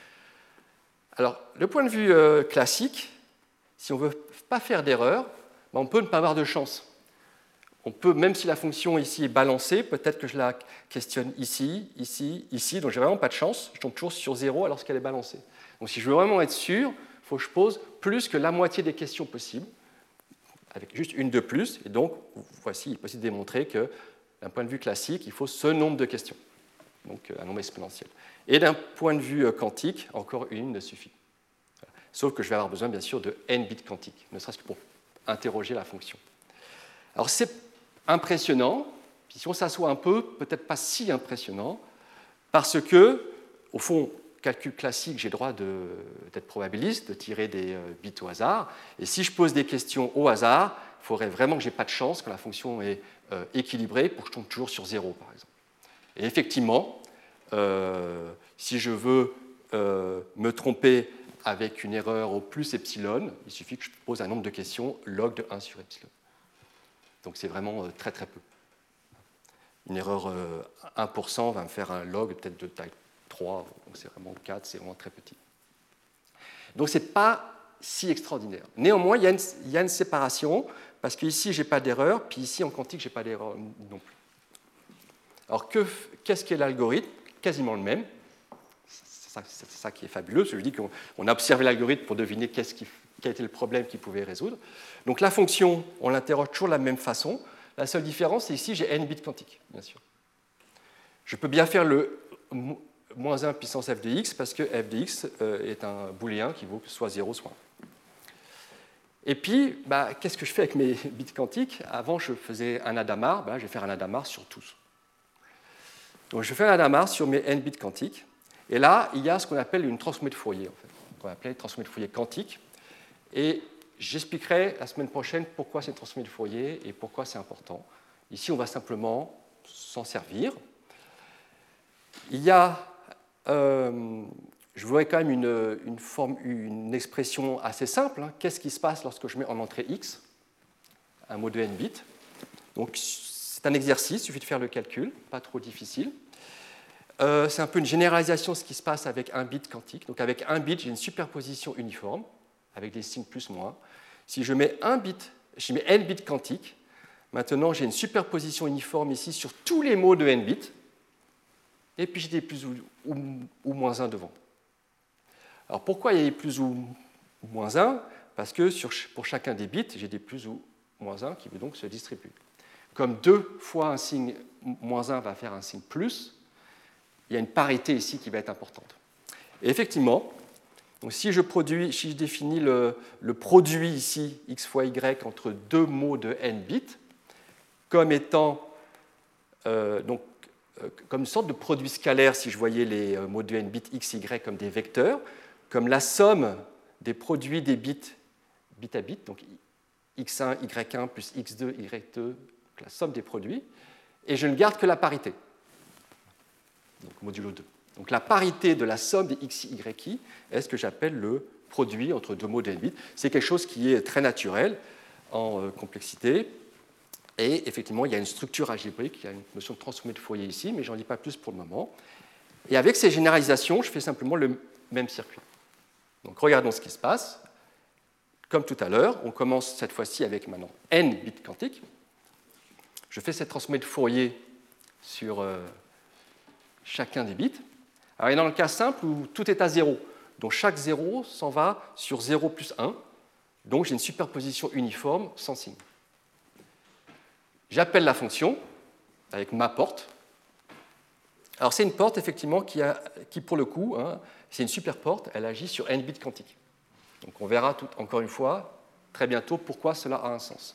Alors, le point de vue classique, si on ne veut pas faire d'erreur, on peut ne pas avoir de chance. On peut, même si la fonction ici est balancée, peut-être que je la questionne ici, ici, ici, donc j'ai vraiment pas de chance, je tombe toujours sur 0 alors qu'elle est balancée. Donc si je veux vraiment être sûr, il faut que je pose plus que la moitié des questions possibles, avec juste une de plus, et donc voici, il est possible de démontrer que d'un point de vue classique, il faut ce nombre de questions, donc un nombre exponentiel. Et d'un point de vue quantique, encore une ne suffit. Voilà. Sauf que je vais avoir besoin, bien sûr, de n bits quantiques, ne serait-ce que pour interroger la fonction. Alors c'est impressionnant, puis si on s'assoit un peu, peut-être pas si impressionnant, parce que, au fond, calcul classique, j'ai le droit d'être probabiliste, de tirer des bits au hasard, et si je pose des questions au hasard, il faudrait vraiment que je n'ai pas de chance quand la fonction est équilibrée pour que je tombe toujours sur 0, par exemple. Et effectivement, si je veux me tromper avec une erreur au plus epsilon, il suffit que je pose un nombre de questions log de 1 sur epsilon. Donc c'est vraiment très très peu. Une erreur 1% va me faire un log peut-être de taille 3, donc c'est vraiment 4, c'est vraiment très petit. Donc ce n'est pas si extraordinaire. Néanmoins, il y a une séparation, parce qu'ici, je n'ai pas d'erreur, puis ici, en quantique, je n'ai pas d'erreur non plus. Alors qu'est-ce qu'est l'algorithme? Quasiment le même. Ça c'est ça qui est fabuleux. Je dis qu'on a observé l'algorithme pour deviner quel était le problème qu'il pouvait résoudre. Donc la fonction, on l'interroge toujours de la même façon. La seule différence, c'est ici, j'ai n bits quantiques, bien sûr. Je peux bien faire le moins 1 puissance f de x parce que f de x est un booléen qui vaut soit 0, soit 1. Et puis, qu'est-ce que je fais avec mes bits quantiques? Avant, je faisais un Hadamard. Je vais faire un Hadamard sur tous. Donc, je fais un Hadamard sur mes n bits quantiques. Et là, il y a ce qu'on appelle une transformée de Fourier, en fait. On va appeler transformée de Fourier quantique. Et j'expliquerai la semaine prochaine pourquoi c'est une transformée de Fourier et pourquoi c'est important. Ici, on va simplement s'en servir. Il y a, je voudrais quand même une expression assez simple. Qu'est-ce qui se passe lorsque je mets en entrée x un mot de n bits? Donc, c'est un exercice, il suffit de faire le calcul, pas trop difficile. C'est un peu une généralisation de ce qui se passe avec un bit quantique. Donc, avec un bit, j'ai une superposition uniforme avec des signes plus moins. Si je mets je mets n bits quantiques, maintenant j'ai une superposition uniforme ici sur tous les mots de n bits, et puis j'ai des plus ou moins 1 devant. Alors pourquoi il y a des plus ou moins 1? Parce que pour chacun des bits, j'ai des plus ou moins 1 qui vont donc se distribuer. Comme 2 fois un signe moins 1 va faire un signe plus, il y a une parité ici qui va être importante. Et effectivement, donc si je définis le produit ici, x fois y, entre deux mots de n bits, comme étant comme une sorte de produit scalaire, si je voyais les mots de n bits x, y comme des vecteurs, comme la somme des produits des bits à bit, donc x1, y1 plus x2, y2, la somme des produits, et je ne garde que la parité, donc modulo 2. Donc la parité de la somme des xi, yi est ce que j'appelle le produit entre deux mots de n bits. C'est quelque chose qui est très naturel en complexité. Et effectivement, il y a une structure algébrique, il y a une notion de transformée de Fourier ici, mais je n'en dis pas plus pour le moment. Et avec ces généralisations, je fais simplement le même circuit. Donc regardons ce qui se passe. Comme tout à l'heure, on commence cette fois-ci avec maintenant n bits quantiques. Je fais cette transformée de Fourier sur chacun des bits. Alors, il y a dans le cas simple où tout est à 0. Donc chaque 0 s'en va sur 0 plus 1. Donc j'ai une superposition uniforme sans signe. J'appelle la fonction avec ma porte. Alors c'est une porte effectivement qui pour le coup, c'est une super porte, elle agit sur n bits quantiques. Donc on verra encore une fois très bientôt pourquoi cela a un sens.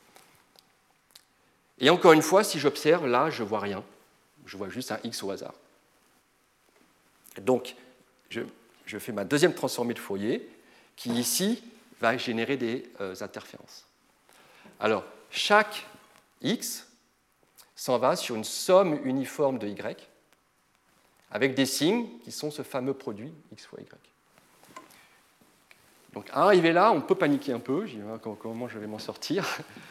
Et encore une fois, si j'observe, là je ne vois rien. Je vois juste un x au hasard. Donc je fais ma deuxième transformée de Fourier qui ici va générer des interférences. Alors chaque x s'en va sur une somme uniforme de y avec des signes qui sont ce fameux produit x fois y. Donc, arrivé là, on peut paniquer un peu. Je dis comment je vais m'en sortir.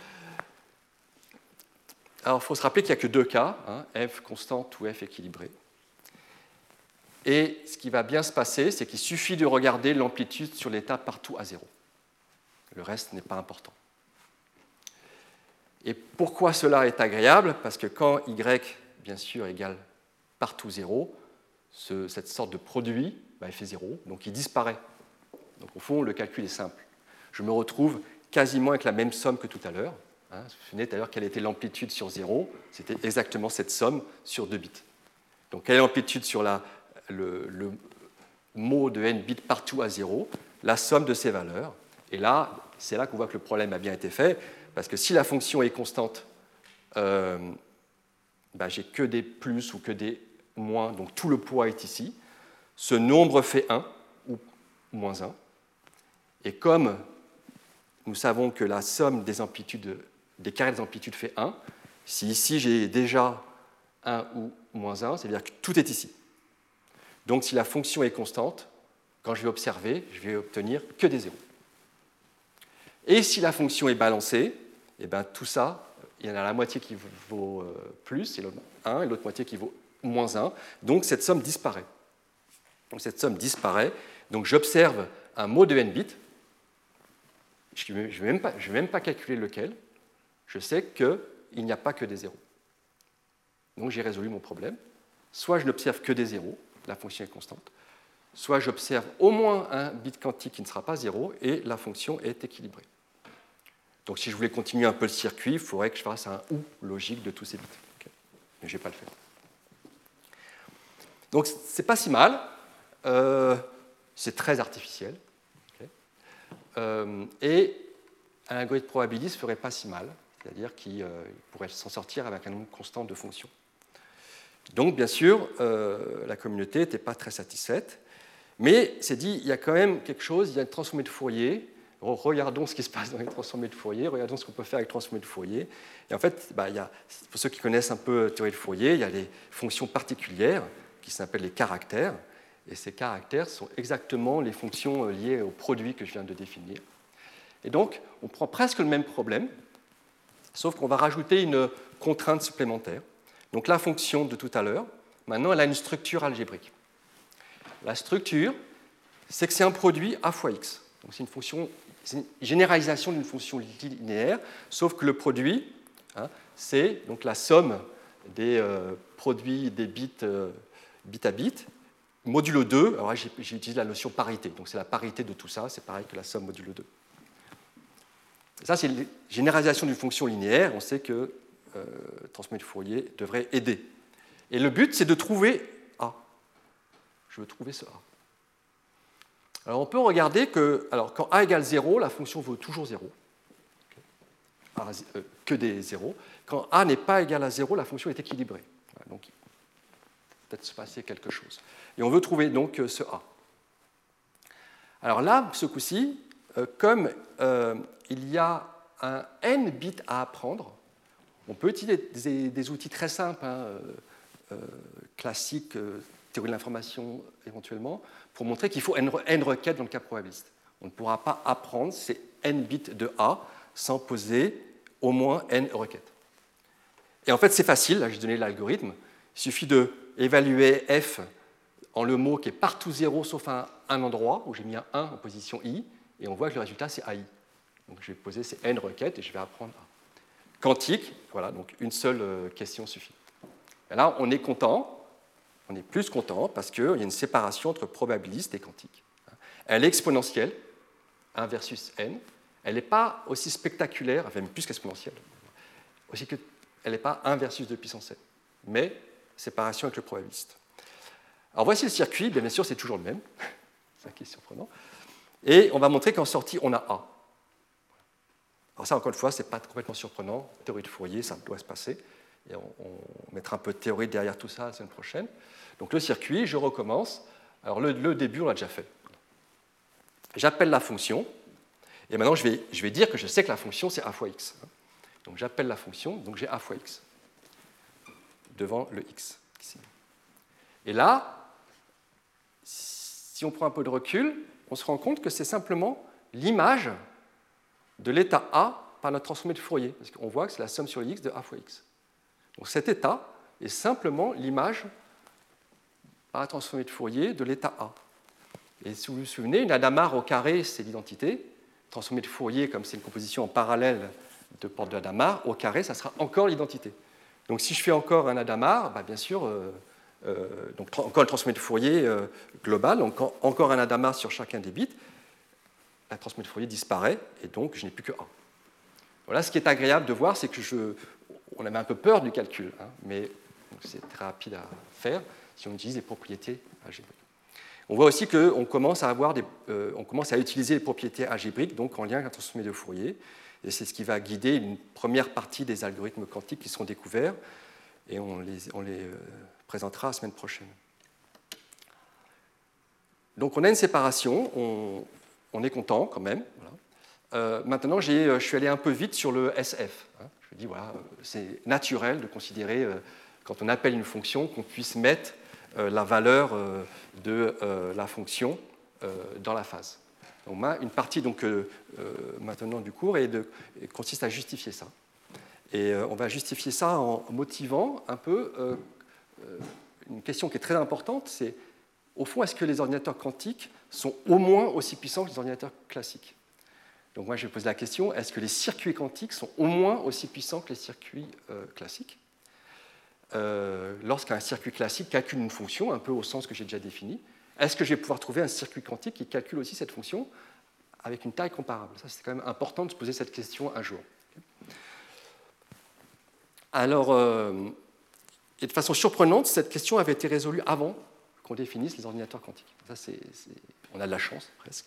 Alors, il faut se rappeler qu'il n'y a que deux cas, f constante ou f équilibrée. Et ce qui va bien se passer, c'est qu'il suffit de regarder l'amplitude sur l'état partout à 0. Le reste n'est pas important. Et pourquoi cela est agréable? Parce que quand y, bien sûr, égale partout 0, cette sorte de produit, il fait 0, donc il disparaît. Donc au fond, le calcul est simple. Je me retrouve quasiment avec la même somme que tout à l'heure. Vous vous souvenez d'ailleurs quelle était l'amplitude sur 0? C'était exactement cette somme sur 2 bits. Donc quelle est l'amplitude sur le mot de n bits partout à 0? La somme de ces valeurs. Et là, c'est là qu'on voit que le problème a bien été fait, parce que si la fonction est constante, j'ai que des plus ou que des moins, donc tout le poids est ici. Ce nombre fait 1 ou moins 1. Et comme nous savons que la somme des carrés des amplitudes fait 1, si ici j'ai déjà 1 ou moins 1, c'est-à-dire que tout est ici. Donc si la fonction est constante, quand je vais observer, je vais obtenir que des zéros. Et si la fonction est balancée, tout ça, il y en a la moitié qui vaut plus, et 1, et l'autre moitié qui vaut moins 1. Donc cette somme disparaît. Donc j'observe un mot de n bits. Je ne vais même pas calculer lequel. Je sais qu'il n'y a pas que des zéros. Donc j'ai résolu mon problème. Soit je n'observe que des zéros, la fonction est constante, soit j'observe au moins un bit quantique qui ne sera pas 0, et la fonction est équilibrée. Donc si je voulais continuer un peu le circuit, il faudrait que je fasse un OU logique de tous ces bits. Okay. Mais je ne vais pas le faire. Donc c'est pas si mal. C'est très artificiel. Okay. Et un algorithme probabiliste ne ferait pas si mal, c'est-à-dire qu'il pourrait s'en sortir avec un nombre constant de fonctions. Donc, bien sûr, la communauté n'était pas très satisfaite, mais c'est dit, il y a quand même quelque chose, il y a une transformée de Fourier. Regardons ce qui se passe dans les transformées de Fourier, regardons ce qu'on peut faire avec les transformées de Fourier. Et en fait, il y a, pour ceux qui connaissent un peu la théorie de Fourier, il y a les fonctions particulières qui s'appellent les caractères, et ces caractères sont exactement les fonctions liées au produit que je viens de définir. Et donc, on prend presque le même problème, sauf qu'on va rajouter une contrainte supplémentaire. Donc la fonction de tout à l'heure, maintenant, elle a une structure algébrique. La structure, c'est que c'est un produit a fois x. Donc c'est une généralisation d'une fonction linéaire, sauf que le produit, c'est donc la somme des produits des bit à bit, modulo 2. Alors j'ai utilisé la notion parité, donc c'est la parité de tout ça, c'est pareil que la somme modulo 2. Ça, c'est la généralisation d'une fonction linéaire. On sait que transformée de Fourier devrait aider. Et le but, c'est de trouver A. Je veux trouver ce A. Alors, on peut regarder que quand A égale 0, la fonction vaut toujours 0. Que des 0. Quand A n'est pas égal à 0, la fonction est équilibrée. Donc, il peut peut-être se passer quelque chose. Et on veut trouver donc ce A. Alors là, ce coup-ci, comme il y a un n bits à apprendre, on peut utiliser des outils très simples, classiques, théorie de l'information éventuellement, pour montrer qu'il faut n requêtes dans le cas probabiliste. On ne pourra pas apprendre ces n bits de A sans poser au moins n requêtes. Et en fait, c'est facile, là, j'ai donné l'algorithme. Il suffit d'évaluer f en le mot qui est partout 0 sauf un endroit où j'ai mis un 1 en position i, et on voit que le résultat, c'est AI. Donc je vais poser ces n requêtes et je vais apprendre A. Quantique, voilà, donc une seule question suffit. Et là, on est content, on est plus content parce qu'il y a une séparation entre probabiliste et quantique. Elle est exponentielle, 1 versus n. Elle n'est pas aussi spectaculaire, enfin même plus qu'exponentielle, aussi que elle n'est pas 1 versus 2 puissance n, mais séparation avec le probabiliste. Alors voici le circuit, bien sûr c'est toujours le même, c'est ça qui est surprenant, et on va montrer qu'en sortie on a A. Alors ça, encore une fois, ce n'est pas complètement surprenant. Théorie de Fourier, ça doit se passer. Et on mettra un peu de théorie derrière tout ça la semaine prochaine. Donc le circuit, je recommence. Alors le début, on l'a déjà fait. J'appelle la fonction. Et maintenant, je vais dire que je sais que la fonction, c'est a fois x. Donc j'appelle la fonction, donc j'ai a fois x devant le x. Ici. Et là, si on prend un peu de recul, on se rend compte que c'est simplement l'image de l'état A par notre transformée de Fourier, parce qu'on voit que c'est la somme sur x de a fois x. Donc cet état est simplement l'image par la transformée de Fourier de l'état A. Et si vous vous souvenez, une Hadamard au carré, c'est l'identité. Transformée de Fourier, comme c'est une composition en parallèle de porte de Hadamard, au carré, ça sera encore l'identité. Donc si je fais encore un Hadamard, bien sûr, donc encore une transformée de Fourier globale, donc encore un Hadamard sur chacun des bits, la transformée de Fourier disparaît, et donc je n'ai plus que A. Voilà, ce qui est agréable de voir, c'est que on avait un peu peur du calcul, mais c'est très rapide à faire si on utilise les propriétés algébriques. On voit aussi qu'on commence à utiliser les propriétés algébriques, donc en lien avec la transformée de Fourier, et c'est ce qui va guider une première partie des algorithmes quantiques qui seront découverts, et on les présentera la semaine prochaine. Donc on a une séparation, on est content quand même. Voilà. Maintenant, je suis allé un peu vite sur le SF. Je me dis, voilà, c'est naturel de considérer, quand on appelle une fonction, qu'on puisse mettre la valeur de la fonction dans la phase. Donc, une partie maintenant du cours consiste à justifier ça. Et on va justifier ça en motivant un peu une question qui est très importante, c'est au fond, est-ce que les ordinateurs quantiques sont au moins aussi puissants que les ordinateurs classiques? Donc moi, je vais poser la question, est-ce que les circuits quantiques sont au moins aussi puissants que les circuits classiques? Lorsqu'un circuit classique calcule une fonction, un peu au sens que j'ai déjà défini, est-ce que je vais pouvoir trouver un circuit quantique qui calcule aussi cette fonction avec une taille comparable? Ça, c'est quand même important de se poser cette question un jour. Alors, et de façon surprenante, cette question avait été résolue avant qu'on définisse les ordinateurs quantiques. Ça, on a de la chance, presque.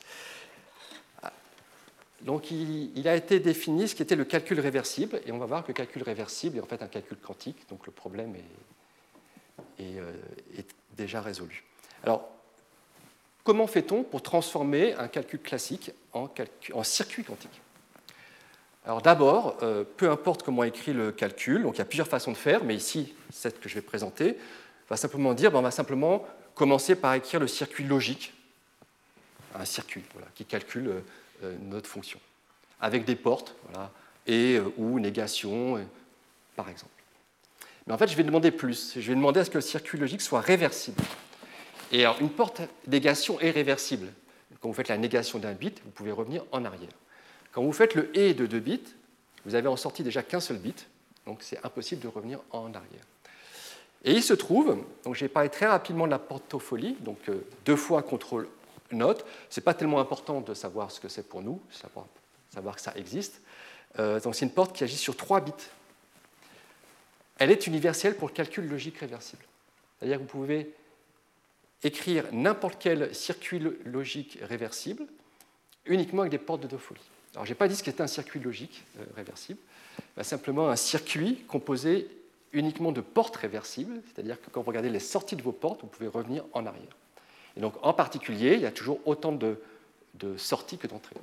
Donc, il a été défini ce qui était le calcul réversible, et on va voir que le calcul réversible est en fait un calcul quantique, donc le problème est déjà résolu. Alors, comment fait-on pour transformer un calcul classique en circuit quantique? Alors d'abord, peu importe comment on écrit le calcul, donc il y a plusieurs façons de faire, mais ici, celle que je vais présenter, va simplement dire, on va simplement commencer par écrire le circuit logique, un circuit qui calcule notre fonction, avec des portes, et ou négation, par exemple. Mais en fait, je vais demander plus. Je vais demander à ce que le circuit logique soit réversible. Et alors, une porte négation est réversible. Quand vous faites la négation d'un bit, vous pouvez revenir en arrière. Quand vous faites le et de 2 bits, vous avez en sortie déjà qu'un seul bit, donc c'est impossible de revenir en arrière. Et il se trouve, donc je vais parler très rapidement de la portopholie, donc 2 fois contrôle note. Ce n'est pas tellement important de savoir ce que c'est pour nous, savoir que ça existe. Donc c'est une porte qui agit sur 3 bits. Elle est universelle pour le calcul logique réversible. C'est-à-dire que vous pouvez écrire n'importe quel circuit logique réversible uniquement avec des portes de Toffoli. Alors, je n'ai pas dit ce qu'était un circuit logique réversible, simplement un circuit composé uniquement de portes réversibles, c'est-à-dire que quand vous regardez les sorties de vos portes, vous pouvez revenir en arrière. Et donc, en particulier, il y a toujours autant de sorties que d'entrées.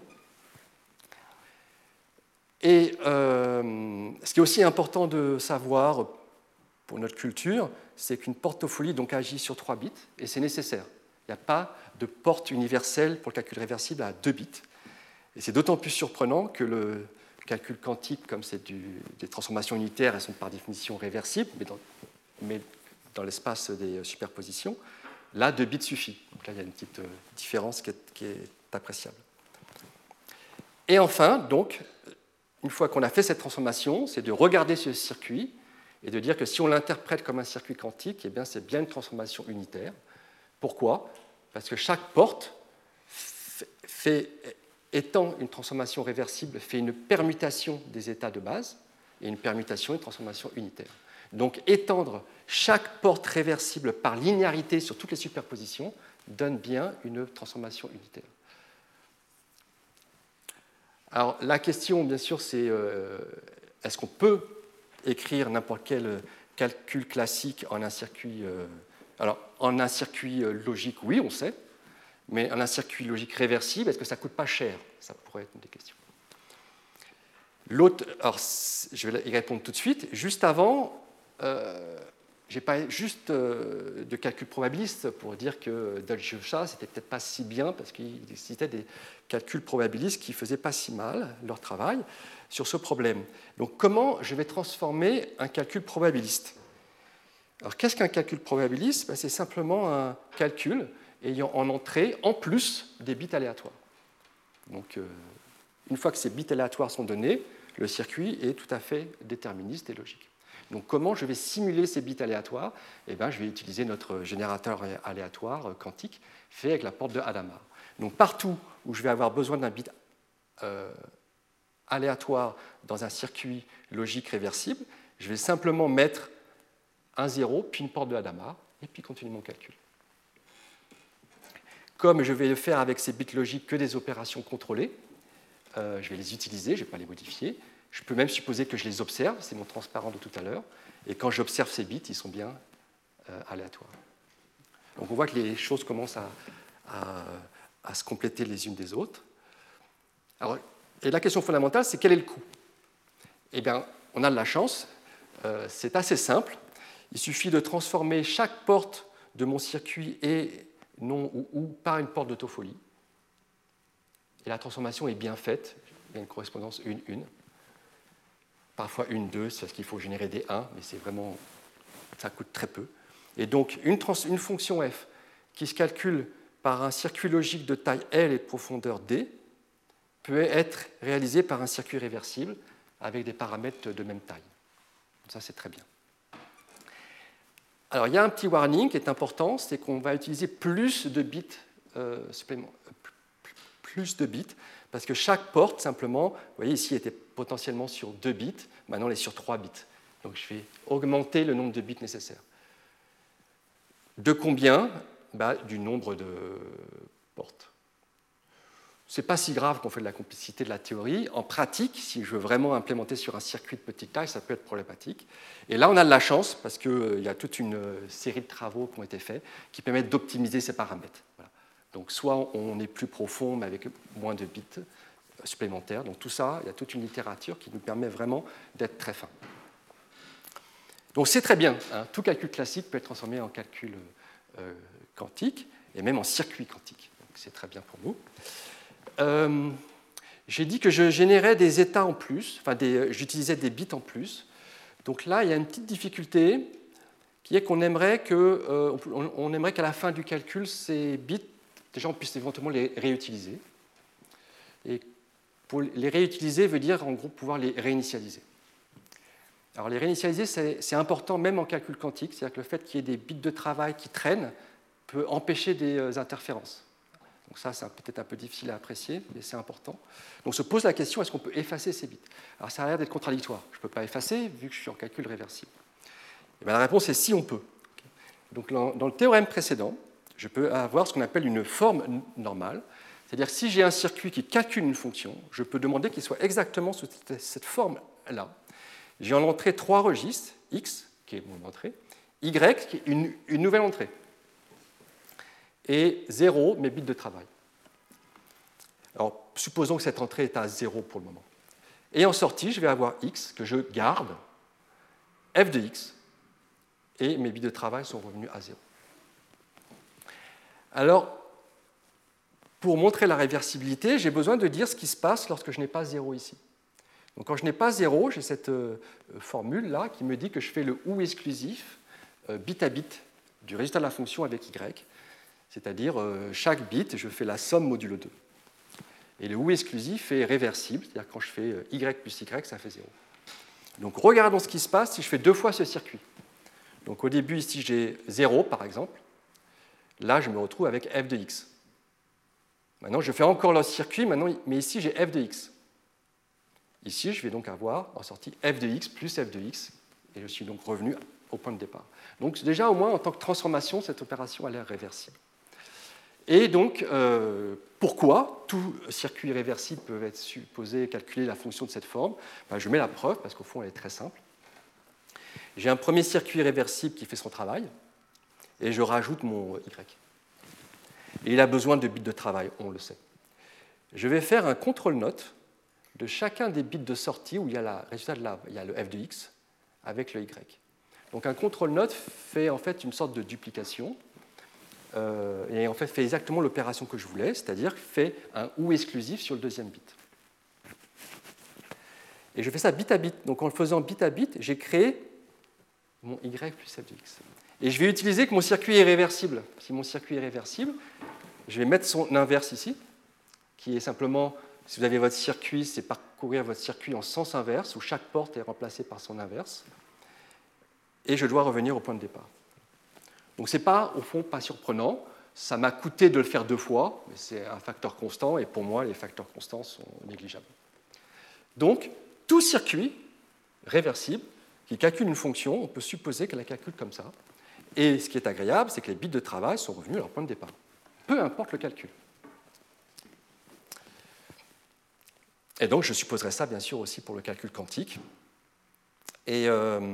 Et ce qui est aussi important de savoir pour notre culture, c'est qu'une portopholie donc agit sur 3 bits, et c'est nécessaire. Il n'y a pas de porte universelle pour le calcul réversible à 2 bits. Et c'est d'autant plus surprenant que le calcul quantique, comme c'est des transformations unitaires, elles sont par définition réversibles, mais dans l'espace des superpositions, là, 2 bits suffit. Donc là, il y a une petite différence qui est appréciable. Et enfin, donc, une fois qu'on a fait cette transformation, c'est de regarder ce circuit et de dire que si on l'interprète comme un circuit quantique, eh bien, c'est bien une transformation unitaire. Pourquoi? Parce que chaque porte étant une transformation réversible, fait une permutation des états de base, et une permutation, une transformation unitaire. Donc étendre chaque porte réversible par linéarité sur toutes les superpositions donne bien une transformation unitaire. Alors la question, bien sûr, c'est est-ce qu'on peut écrire n'importe quel calcul classique en un circuit alors, en un circuit logique, oui, on sait. Mais en un circuit logique réversible, est-ce que ça ne coûte pas cher? Ça pourrait être une des questions. L'autre, alors je vais y répondre tout de suite. Juste avant, j'ai parlé juste de calcul probabiliste pour dire que Dodge-Joshua, c'était peut-être pas si bien parce qu'ils citaient des calculs probabilistes qui ne faisaient pas si mal leur travail sur ce problème. Donc, comment je vais transformer un calcul probabiliste? Alors, qu'est-ce qu'un calcul probabiliste? C'est simplement un calcul ayant en entrée, en plus, des bits aléatoires. Donc, une fois que ces bits aléatoires sont donnés, le circuit est tout à fait déterministe et logique. Donc, comment je vais simuler ces bits aléatoires? Eh bien, je vais utiliser notre générateur aléatoire quantique fait avec la porte de Hadamard. Donc, partout où je vais avoir besoin d'un bit aléatoire dans un circuit logique réversible, je vais simplement mettre un 0, puis une porte de Hadamard, et puis continuer mon calcul. Comme je vais le faire avec ces bits logiques que des opérations contrôlées, je vais les utiliser, je ne vais pas les modifier. Je peux même supposer que je les observe, c'est mon transparent de tout à l'heure, et quand j'observe ces bits, ils sont bien aléatoires. Donc on voit que les choses commencent à se compléter les unes des autres. Alors, et la question fondamentale, c'est quel est le coût? Eh bien, on a de la chance, c'est assez simple. Il suffit de transformer chaque porte de mon circuit et non ou par une porte de Toffoli. Et la transformation est bien faite. Il y a une correspondance 1-1. Parfois 1-2, c'est parce qu'il faut générer des 1, mais c'est vraiment, ça coûte très peu. Et donc, une fonction f qui se calcule par un circuit logique de taille L et de profondeur D peut être réalisée par un circuit réversible avec des paramètres de même taille. Ça, c'est très bien. Alors, il y a un petit warning qui est important, c'est qu'on va utiliser plus de bits parce que chaque porte, simplement, vous voyez ici, était potentiellement sur 2 bits, maintenant elle est sur 3 bits. Donc je vais augmenter le nombre de bits nécessaires. De combien? Du nombre de portes. Ce n'est pas si grave qu'on fait de la complexité de la théorie. En pratique, si je veux vraiment implémenter sur un circuit de petite taille, ça peut être problématique. Et là, on a de la chance, parce qu'il y a toute une série de travaux qui ont été faits, qui permettent d'optimiser ces paramètres. Voilà. Donc, soit on est plus profond, mais avec moins de bits supplémentaires. Donc, tout ça, il y a toute une littérature qui nous permet vraiment d'être très fin. Donc, c'est très bien. Hein. Tout calcul classique peut être transformé en calcul quantique, et même en circuit quantique. Donc, c'est très bien pour nous. J'ai dit que je générais des états en plus, j'utilisais des bits en plus. Donc là, il y a une petite difficulté qui est qu'on aimerait qu'à la fin du calcul, ces bits, déjà, on puisse éventuellement les réutiliser. Et pour les réutiliser veut dire, en gros, pouvoir les réinitialiser. Alors, les réinitialiser, c'est important même en calcul quantique, c'est-à-dire que le fait qu'il y ait des bits de travail qui traînent peut empêcher des interférences. Donc ça, c'est peut-être un peu difficile à apprécier, mais c'est important. Donc se pose la question, est-ce qu'on peut effacer ces bits? Alors ça a l'air d'être contradictoire. Je ne peux pas effacer vu que je suis en calcul réversible. Et bien, la réponse est si on peut. Donc dans le théorème précédent, je peux avoir ce qu'on appelle une forme normale. C'est-à-dire que si j'ai un circuit qui calcule une fonction, je peux demander qu'il soit exactement sous cette forme-là. J'ai en entrée 3 registres, x, qui est mon entrée, y, qui est une nouvelle entrée, et 0, mes bits de travail. Alors, supposons que cette entrée est à 0 pour le moment. Et en sortie, je vais avoir x que je garde, f de x, et mes bits de travail sont revenus à 0. Alors, pour montrer la réversibilité, j'ai besoin de dire ce qui se passe lorsque je n'ai pas 0 ici. Donc, quand je n'ai pas 0, j'ai cette formule-là qui me dit que je fais le OU exclusif, bit à bit, du résultat de la fonction avec y. C'est-à-dire, chaque bit, je fais la somme modulo 2. Et le OU exclusif est réversible, c'est-à-dire quand je fais y plus y, ça fait 0. Donc regardons ce qui se passe si je fais 2 fois ce circuit. Donc au début, ici, j'ai 0, par exemple. Là, je me retrouve avec f de x. Maintenant, je fais encore le circuit, mais ici, j'ai f de x. Ici, je vais donc avoir en sortie f de x plus f de x, et je suis donc revenu au point de départ. Donc déjà, au moins, en tant que transformation, cette opération a l'air réversible. Et donc, pourquoi tout circuit réversible peut être supposé calculer la fonction de cette forme? Je mets la preuve, parce qu'au fond, elle est très simple. J'ai un premier circuit réversible qui fait son travail, et je rajoute mon y. Et il a besoin de bits de travail, on le sait. Je vais faire un contrôle note de chacun des bits de sortie où il y a le résultat il y a le f de x avec le y. Donc un contrôle note fait en fait une sorte de duplication et en fait fait exactement l'opération que je voulais, c'est-à-dire fait un OU exclusif sur le deuxième bit. Et je fais ça bit à bit. Donc en le faisant bit à bit, j'ai créé mon y plus f de x. Et je vais utiliser que mon circuit est réversible. Si mon circuit est réversible, je vais mettre son inverse ici, qui est simplement, si vous avez votre circuit, c'est parcourir votre circuit en sens inverse, où chaque porte est remplacée par son inverse. Et je dois revenir au point de départ. Donc ce n'est pas, au fond, pas surprenant. Ça m'a coûté de le faire 2 fois, mais c'est un facteur constant, et pour moi, les facteurs constants sont négligeables. Donc, tout circuit réversible qui calcule une fonction, on peut supposer qu'elle la calcule comme ça. Et ce qui est agréable, c'est que les bits de travail sont revenus à leur point de départ, peu importe le calcul. Et donc, je supposerai ça, bien sûr, aussi pour le calcul quantique. Et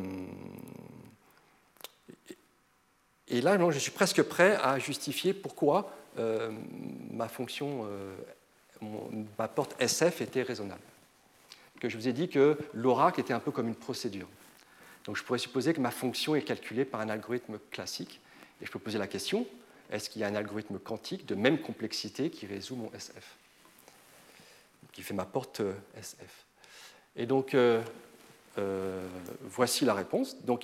là, je suis presque prêt à justifier pourquoi ma fonction, ma porte SF était raisonnable. Que je vous ai dit que l'oracle était un peu comme une procédure. Donc je pourrais supposer que ma fonction est calculée par un algorithme classique. Et je peux poser la question, est-ce qu'il y a un algorithme quantique de même complexité qui résout mon SF, qui fait ma porte SF? Et donc, voici la réponse. Donc,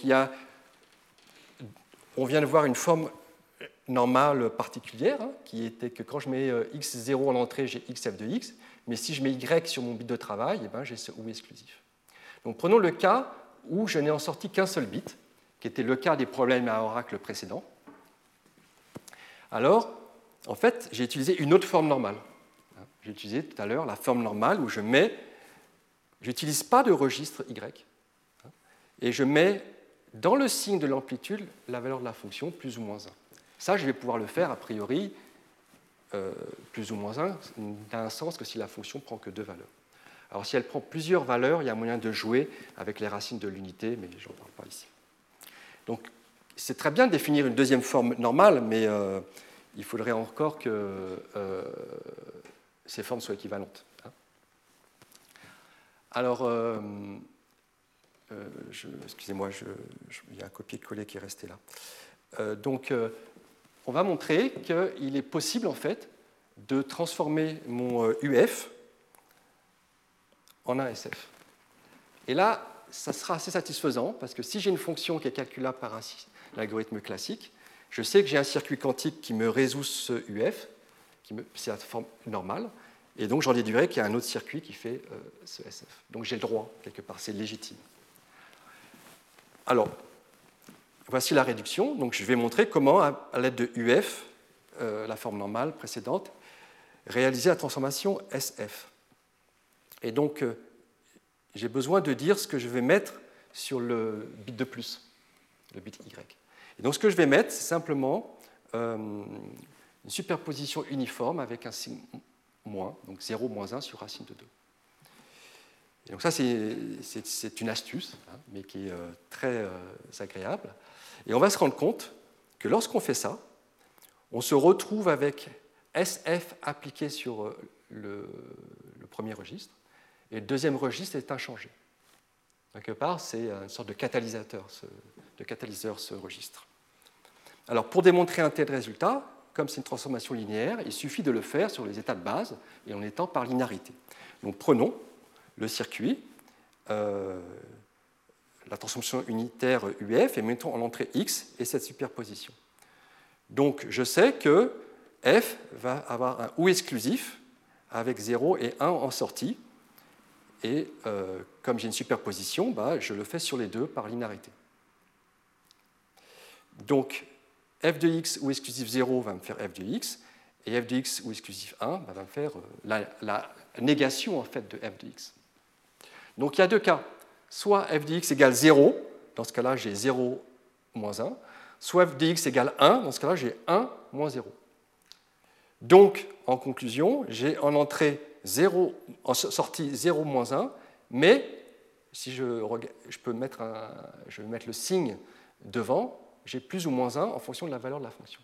on vient de voir une forme normale particulière, qui était que quand je mets x0 en entrée, j'ai xf de x, mais si je mets y sur mon bit de travail, j'ai ce OU exclusif. Donc, prenons le cas où je n'ai en sortie qu'un seul bit, qui était le cas des problèmes à oracle précédents. Alors, en fait, j'ai utilisé une autre forme normale. J'ai utilisé tout à l'heure la forme normale où je n'utilise pas de registre Y, et je mets dans le signe de l'amplitude la valeur de la fonction plus ou moins 1. Ça, je vais pouvoir le faire a priori plus ou moins 1 n'a un sens que si la fonction prend que 2 valeurs. Alors si elle prend plusieurs valeurs, il y a moyen de jouer avec les racines de l'unité, mais je n'en parle pas ici. Donc c'est très bien de définir une deuxième forme normale, mais il faudrait encore que ces formes soient équivalentes. Alors, excusez-moi, il y a un copier-coller qui est resté là. Donc, on va montrer qu'il est possible, en fait, de transformer mon UF en un SF. Et là, ça sera assez satisfaisant, parce que si j'ai une fonction qui est calculable par un algorithme classique, je sais que j'ai un circuit quantique qui me résout ce UF, c'est la forme normale, et donc j'en déduirai qu'il y a un autre circuit qui fait ce SF. Donc j'ai le droit, quelque part, c'est légitime. Alors, voici la réduction. Donc je vais montrer comment, à l'aide de UF, la forme normale précédente, réaliser la transformation SF. Et donc, j'ai besoin de dire ce que je vais mettre sur le bit de plus, le bit Y. Et donc, ce que je vais mettre, c'est simplement une superposition uniforme avec un signe moins, donc 0 moins 1 sur racine de 2. Et donc ça, c'est une astuce, mais qui est très agréable. Et on va se rendre compte que lorsqu'on fait ça, on se retrouve avec SF appliqué sur le premier registre, et le deuxième registre est inchangé. Quelque part, c'est une sorte de catalyseur, ce registre. Alors, pour démontrer un tel résultat, comme c'est une transformation linéaire, il suffit de le faire sur les états de base et en étant par linéarité. Donc, prenons le circuit, la transformation unitaire UF, et mettons en entrée X et cette superposition. Donc, je sais que F va avoir un OU exclusif avec 0 et 1 en sortie. Et comme j'ai une superposition, je le fais sur les deux par linéarité. Donc, f de x ou exclusif 0 va me faire f de x, et f de x ou exclusif 1 va me faire la négation en fait, de f de x. Donc, il y a deux cas. Soit f de x égale 0, dans ce cas-là, j'ai 0 moins 1, soit f de x égale 1, dans ce cas-là, j'ai 1 moins 0. Donc, en conclusion, j'ai en entrée 0, en sortie 0 moins 1, mais si je vais mettre le signe devant, j'ai plus ou moins 1 en fonction de la valeur de la fonction.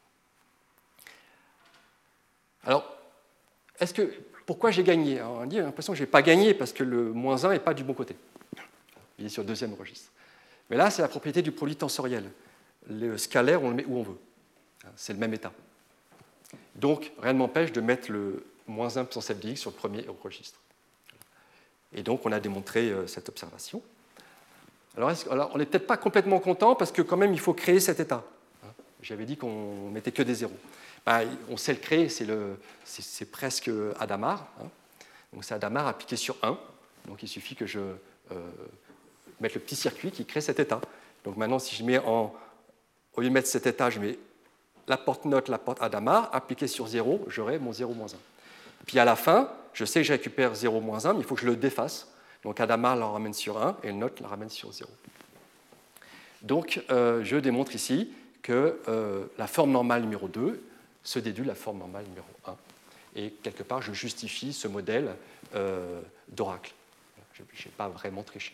Alors, pourquoi j'ai gagné? Alors, on a l'impression que je n'ai pas gagné parce que le moins 1 n'est pas du bon côté. Il est sur le deuxième registre. Mais là, c'est la propriété du produit tensoriel. Le scalaire, on le met où on veut. C'est le même état. Donc, rien ne m'empêche de mettre le moins 1 puissance f de x sur le premier registre. Et donc, on a démontré cette observation. Alors on n'est peut-être pas complètement content parce que quand même, il faut créer cet état. J'avais dit qu'on ne mettait que des zéros. On sait le créer, c'est presque Hadamard. Donc, c'est Hadamard appliqué sur 1. Donc, il suffit que je mette le petit circuit qui crée cet état. Donc, maintenant, si je mets au lieu de mettre cet état, je mets la porte note, la porte Hadamard, appliquée sur 0, j'aurai mon 0 moins 1. Puis à la fin, je sais que je récupère 0 moins 1, mais il faut que je le défasse. Donc Hadamard la ramène sur 1 et le note la ramène sur 0. Donc je démontre ici que la forme normale numéro 2 se déduit de la forme normale numéro 1. Et quelque part, je justifie ce modèle d'oracle. Je n'ai pas vraiment triché.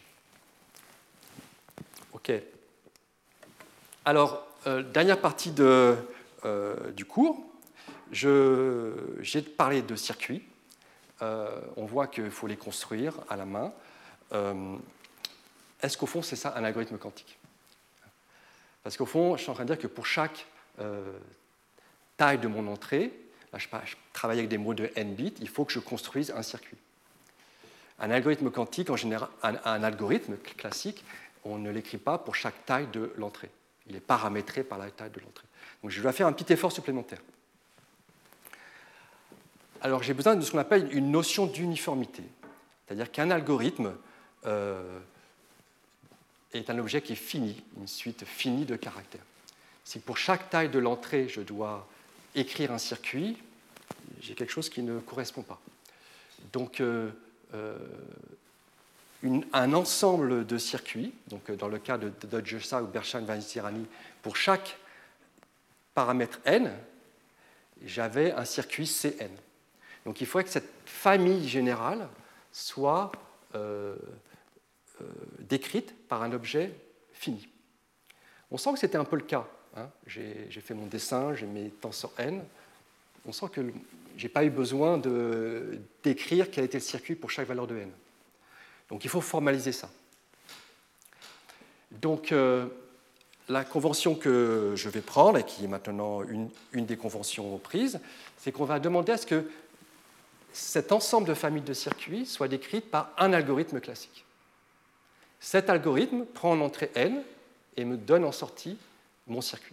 OK. Alors, dernière partie du cours, j'ai parlé de circuits. On voit qu'il faut les construire à la main. Est-ce qu'au fond, c'est ça un algorithme quantique? Parce qu'au fond, je suis en train de dire que pour chaque taille de mon entrée, là, je travaille avec des mots de n bits, il faut que je construise un circuit. Un algorithme quantique, en général, un algorithme classique, on ne l'écrit pas pour chaque taille de l'entrée. Il est paramétré par la taille de l'entrée. Donc je dois faire un petit effort supplémentaire. Alors j'ai besoin de ce qu'on appelle une notion d'uniformité. C'est-à-dire qu'un algorithme est un objet qui est fini, une suite finie de caractères. Si pour chaque taille de l'entrée, je dois écrire un circuit, j'ai quelque chose qui ne correspond pas. Donc, un ensemble de circuits, donc dans le cas de Dodgesa ou Bernstein-Vazirani, pour chaque paramètre n, j'avais un circuit Cn. Donc il faudrait que cette famille générale soit décrite par un objet fini. On sent que c'était un peu le cas. Hein. J'ai fait mon dessin, j'ai mes tenseurs n. On sent que je n'ai pas eu besoin d'écrire quel était le circuit pour chaque valeur de n. Donc il faut formaliser ça. Donc la convention que je vais prendre, et qui est maintenant une des conventions prises, c'est qu'on va demander à ce que cet ensemble de familles de circuits soit décrit par un algorithme classique. Cet algorithme prend en entrée n et me donne en sortie mon circuit.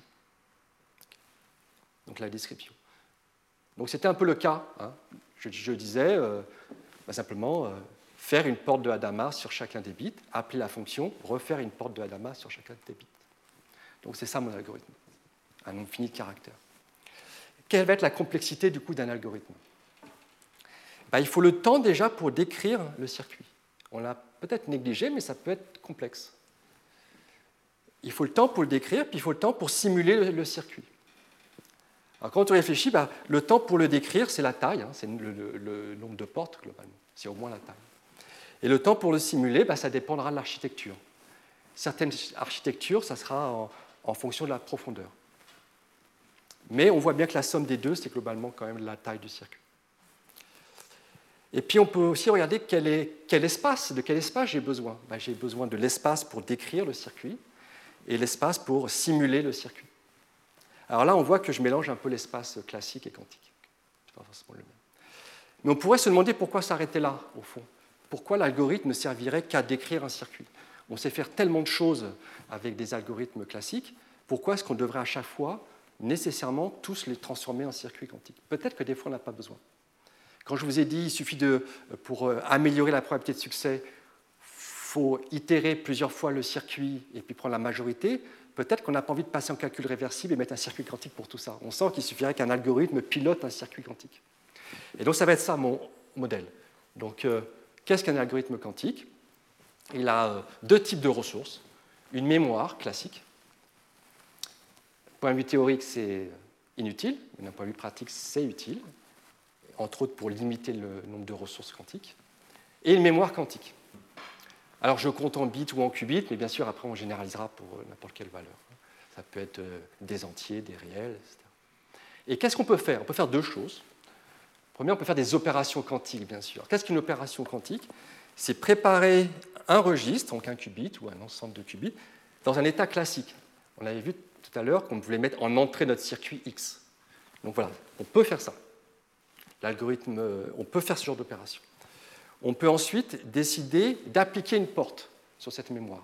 Donc la description. Donc c'était un peu le cas. Hein. Je disais simplement faire une porte de Hadamard sur chacun des bits, appeler la fonction, refaire une porte de Hadamard sur chacun des bits. Donc c'est ça mon algorithme, un nombre fini de caractères. Quelle va être la complexité du coup d'un algorithme? Il faut le temps déjà pour décrire le circuit. On l'a peut-être négligé, mais ça peut être complexe. Il faut le temps pour le décrire, puis il faut le temps pour simuler le circuit. Alors quand on réfléchit, le temps pour le décrire, c'est la taille, hein, c'est le nombre de portes globalement, c'est au moins la taille. Et le temps pour le simuler, ça dépendra de l'architecture. Certaines architectures, ça sera en fonction de la profondeur. Mais on voit bien que la somme des deux, c'est globalement quand même la taille du circuit. Et puis on peut aussi regarder de quel espace j'ai besoin. J'ai besoin de l'espace pour décrire le circuit et l'espace pour simuler le circuit. Alors là, on voit que je mélange un peu l'espace classique et quantique. C'est pas forcément le même. Mais on pourrait se demander pourquoi s'arrêter là, au fond. Pourquoi l'algorithme ne servirait qu'à décrire un circuit? On sait faire tellement de choses avec des algorithmes classiques, pourquoi est-ce qu'on devrait à chaque fois nécessairement tous les transformer en circuits quantiques? Peut-être que des fois on n'a pas besoin. Quand je vous ai dit, il suffit pour améliorer la probabilité de succès, il faut itérer plusieurs fois le circuit et puis prendre la majorité, peut-être qu'on n'a pas envie de passer en calcul réversible et mettre un circuit quantique pour tout ça. On sent qu'il suffirait qu'un algorithme pilote un circuit quantique. Et donc ça va être ça mon modèle. Donc qu'est-ce qu'un algorithme quantique? Il a deux types de ressources. Une mémoire classique. D'un point de vue théorique, c'est inutile, mais d'un point de vue pratique, c'est utile, entre autres pour limiter le nombre de ressources quantiques. Et une mémoire quantique. Alors je compte en bits ou en qubits, mais bien sûr, après, on généralisera pour n'importe quelle valeur. Ça peut être des entiers, des réels, etc. Et qu'est-ce qu'on peut faire? On peut faire deux choses. Premièrement, on peut faire des opérations quantiques, bien sûr. Qu'est-ce qu'une opération quantique? C'est préparer un registre, donc un qubit ou un ensemble de qubits, dans un état classique. On avait vu tout à l'heure qu'on voulait mettre en entrée notre circuit X. Donc voilà, on peut faire ça. L'algorithme, on peut faire ce genre d'opération. On peut ensuite décider d'appliquer une porte sur cette mémoire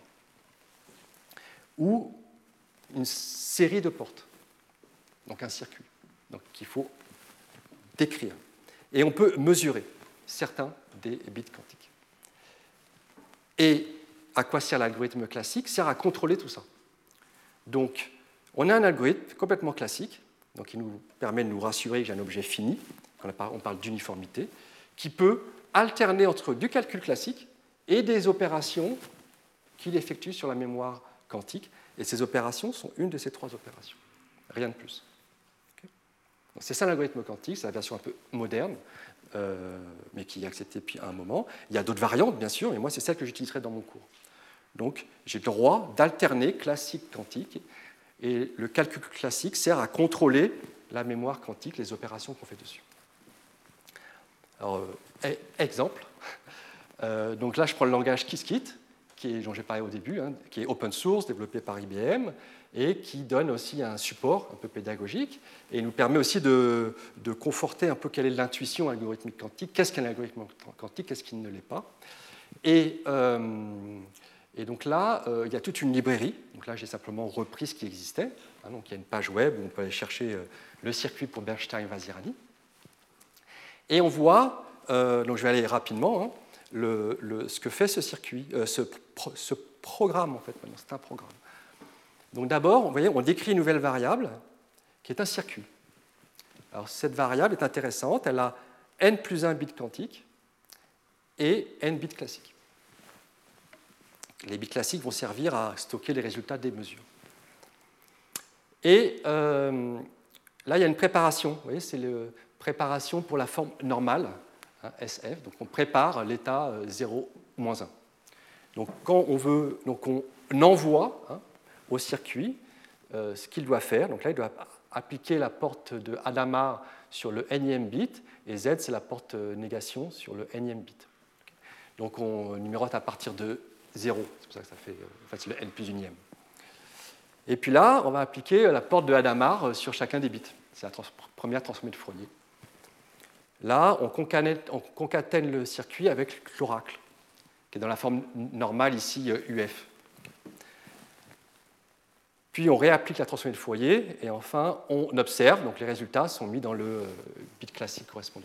ou une série de portes, donc un circuit, donc qu'il faut décrire. Et on peut mesurer certains des bits quantiques. Et à quoi sert l'algorithme classique? Sert à contrôler tout ça. Donc, on a un algorithme complètement classique, donc il nous permet de nous rassurer que j'ai un objet fini, on parle d'uniformité, qui peut alterner entre du calcul classique et des opérations qu'il effectue sur la mémoire quantique. Et ces opérations sont une de ces trois opérations. Rien de plus. Okay. C'est ça l'algorithme quantique, c'est la version un peu moderne, mais qui est acceptée depuis un moment. Il y a d'autres variantes, bien sûr, mais moi, c'est celle que j'utiliserai dans mon cours. Donc, j'ai le droit d'alterner classique quantique, et le calcul classique sert à contrôler la mémoire quantique, les opérations qu'on fait dessus. Alors, exemple. Donc là, je prends le langage Qiskit, dont j'ai parlé au début, hein, qui est open source, développé par IBM, et qui donne aussi un support un peu pédagogique, et nous permet aussi de conforter un peu quelle est l'intuition algorithmique quantique, qu'est-ce qu'un algorithme quantique, qu'est-ce qui ne l'est pas. Et donc là, il y a toute une librairie. Donc là, j'ai simplement repris ce qui existait. Hein, donc il y a une page web où on peut aller chercher le circuit pour Bernstein-Vazirani. Et on voit, donc je vais aller rapidement, hein, ce que fait ce circuit, ce programme, en fait, maintenant. C'est un programme. Donc d'abord, vous voyez, on décrit une nouvelle variable qui est un circuit. Alors cette variable est intéressante. Elle a n plus 1 bits quantiques et n bits classiques. Les bits classiques vont servir à stocker les résultats des mesures. Et là, il y a une préparation. Vous voyez, c'est la préparation pour la forme normale, hein, SF. Donc on prépare l'état 0, moins 1. Donc quand on veut, donc on envoie, hein, au circuit ce qu'il doit faire. Donc là, il doit appliquer la porte de Hadamard sur le nème bit, et Z, c'est la porte négation sur le nème bit. Donc on numérote à partir de 0. C'est pour ça que ça fait, en fait, c'est le n plus unième. Et puis là, on va appliquer la porte de Hadamard sur chacun des bits. C'est la première transformée de Fourier. Là, on concatène le circuit avec l'oracle, qui est dans la forme normale ici, UF. Puis on réapplique la transformée de Fourier, et enfin on observe, donc les résultats sont mis dans le bit classique correspondant.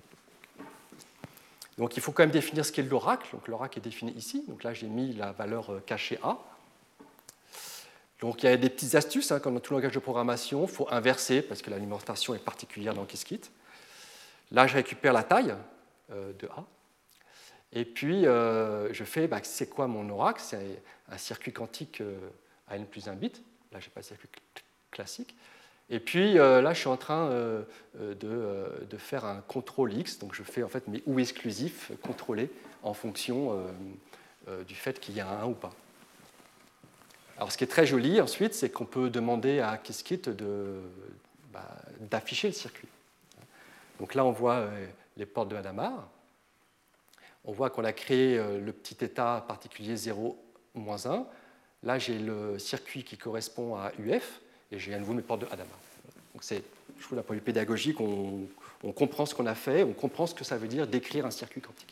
Donc il faut quand même définir ce qu'est l'oracle. Donc l'oracle est défini ici. Donc là j'ai mis la valeur cachée A. Donc il y a des petites astuces, hein, comme dans tout langage de programmation, il faut inverser parce que la numérotation est particulière dans Qiskit. Là je récupère la taille de A. Et puis je fais, c'est quoi mon oracle? C'est un circuit quantique à n plus 1 bit. Là, je n'ai pas de circuit classique. Et puis là, je suis en train de faire un contrôle X. Donc je fais en fait mes ou exclusifs contrôlés en fonction du fait qu'il y a un ou pas. Alors ce qui est très joli ensuite, c'est qu'on peut demander à Qiskit d'afficher le circuit. Donc là, on voit les portes de Hadamard. On voit qu'on a créé le petit état particulier 0, moins 1. Là, j'ai le circuit qui correspond à UF, et j'ai à nouveau mes portes de Hadamard. Donc je trouve d'un point de vue pédagogique, on comprend ce qu'on a fait, on comprend ce que ça veut dire d'écrire un circuit quantique.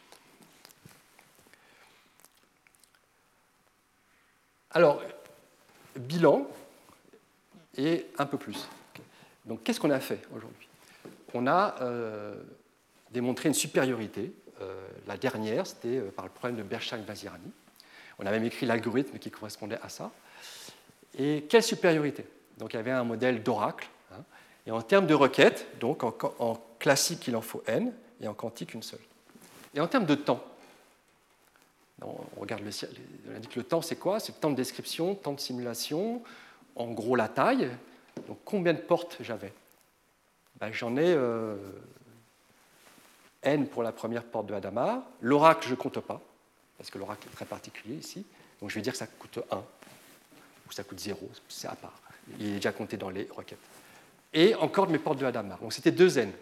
Alors, bilan et un peu plus. Donc, qu'est-ce qu'on a fait aujourd'hui? On a démontré une supériorité. La dernière, c'était par le problème de Bershaï-Vazirani. On a même écrit l'algorithme qui correspondait à ça. Et quelle supériorité? Donc il y avait un modèle d'oracle. Hein, et en termes de requêtes, donc en classique, il en faut n, et en quantique, une seule. Et en termes de temps, on regarde on indique le temps, c'est quoi? C'est le temps de description, temps de simulation, en gros la taille. Donc combien de portes j'avais? J'en ai n pour la première porte de Hadamard. L'oracle, je ne compte pas, parce que l'oracle est très particulier ici. Donc je vais dire que ça coûte 1, ou ça coûte 0, c'est à part. Il est déjà compté dans les requêtes. Et encore de mes portes de Hadamard. Donc c'était 2n.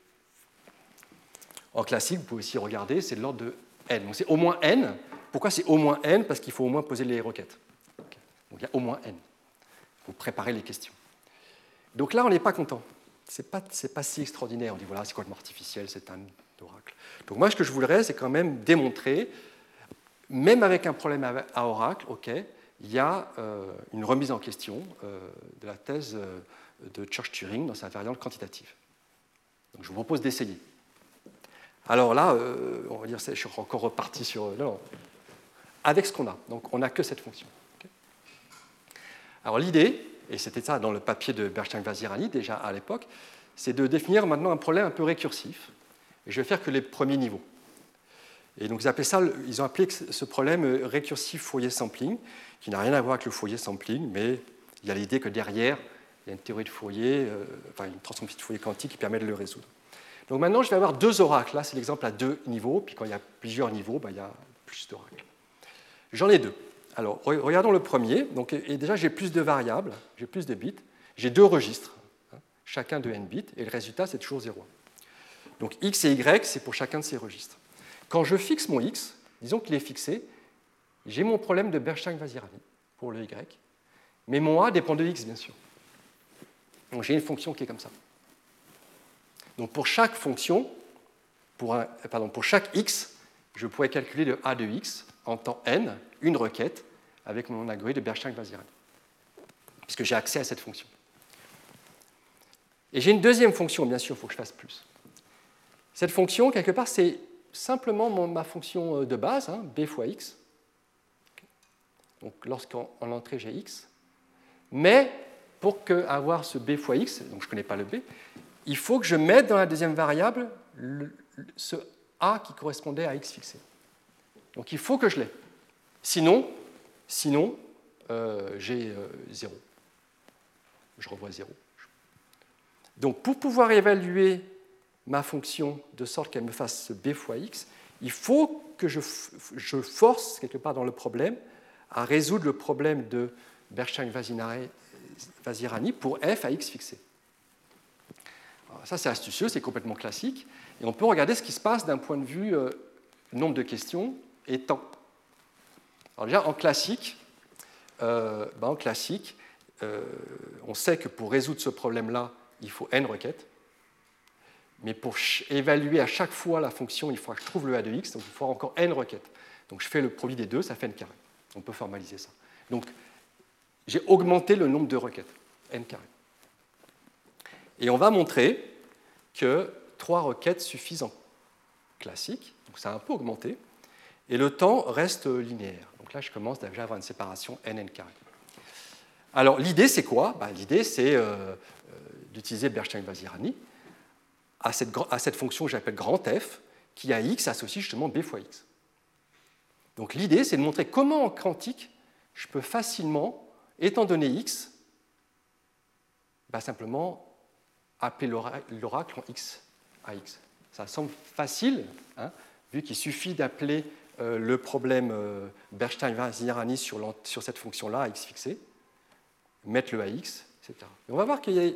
En classique, vous pouvez aussi regarder, c'est de l'ordre de n. Donc c'est au moins n. Pourquoi c'est au moins n? Parce qu'il faut au moins poser les requêtes. Okay. Donc il y a au moins n. Il faut préparer les questions. Donc là, on n'est pas content. Ce n'est pas si extraordinaire. On dit voilà, c'est complètement artificiel, c'est un oracle. Donc moi, ce que je voudrais, c'est quand même démontrer, même avec un problème à oracle, il y a une remise en question de la thèse de Church-Turing dans sa variante quantitative. Donc je vous propose d'essayer. Alors là, on va dire, je suis encore reparti sur... Non, avec ce qu'on a. Donc on n'a que cette fonction. Okay. Alors l'idée, et c'était ça dans le papier de Bershaï-Vazirani déjà à l'époque, c'est de définir maintenant un problème un peu récursif. Et je vais faire que les premiers niveaux. Et donc ils ont appelé ce problème récursif Fourier sampling, qui n'a rien à voir avec le Fourier sampling, mais il y a l'idée que derrière, il y a une théorie de Fourier, une transformation de Fourier quantique qui permet de le résoudre. Donc maintenant, je vais avoir 2 oracles. Là, c'est l'exemple à 2 niveaux. Puis quand il y a plusieurs niveaux, il y a plus d'oracles. J'en ai 2. Alors, regardons le premier. Donc, et déjà, j'ai plus de variables, j'ai plus de bits. J'ai 2 registres, chacun de n bits, et le résultat, c'est toujours 0. Donc, x et y, c'est pour chacun de ces registres. Quand je fixe mon x, disons qu'il est fixé, j'ai mon problème de Bershaï-Vazirani pour le y, mais mon a dépend de x, bien sûr. Donc, j'ai une fonction qui est comme ça. Donc pour chaque fonction, pour chaque x, je pourrais calculer le a de x en temps n, une requête, avec mon algorithme de Bershaï-Vazirani, puisque j'ai accès à cette fonction. Et j'ai une deuxième fonction, bien sûr, il faut que je fasse plus. Cette fonction, quelque part, c'est simplement ma fonction de base, b fois x. donc lorsqu'en entrée j'ai x, mais pour avoir ce b fois x, donc je ne connais pas le b, il faut que je mette dans la deuxième variable ce a qui correspondait à x fixé. Donc il faut que je l'ai. Sinon j'ai 0. Je revois 0. Donc pour pouvoir évaluer ma fonction de sorte qu'elle me fasse ce b fois x, il faut que je force, quelque part dans le problème, à résoudre le problème de Bernstein-Vazirani pour f à x fixé. Alors ça, c'est astucieux, c'est complètement classique. Et on peut regarder ce qui se passe d'un point de vue nombre de questions et temps. Alors déjà, en classique, on sait que pour résoudre ce problème-là, il faut n requêtes. Mais pour évaluer à chaque fois la fonction, il faudra que je trouve le a de x, donc il faudra encore n requêtes. Donc je fais le produit des deux, ça fait n carré. On peut formaliser ça. Donc j'ai augmenté le nombre de requêtes, n carré. Et on va montrer que 3 requêtes suffisent en classique, donc ça a un peu augmenté, et le temps reste linéaire. Donc là, je commence déjà à avoir une séparation n carré. Alors l'idée, c'est quoi? L'idée, c'est d'utiliser Bernstein-Vazirani à cette fonction que j'appelle grand F, qui à x associe justement b fois x. Donc l'idée, c'est de montrer comment en quantique, je peux facilement, étant donné x, simplement appeler l'oracle en x à x. Ça semble facile, hein, vu qu'il suffit d'appeler le problème Bernstein-Vazirani sur cette fonction-là à x fixé, mettre le à x, etc. Et on va voir qu'il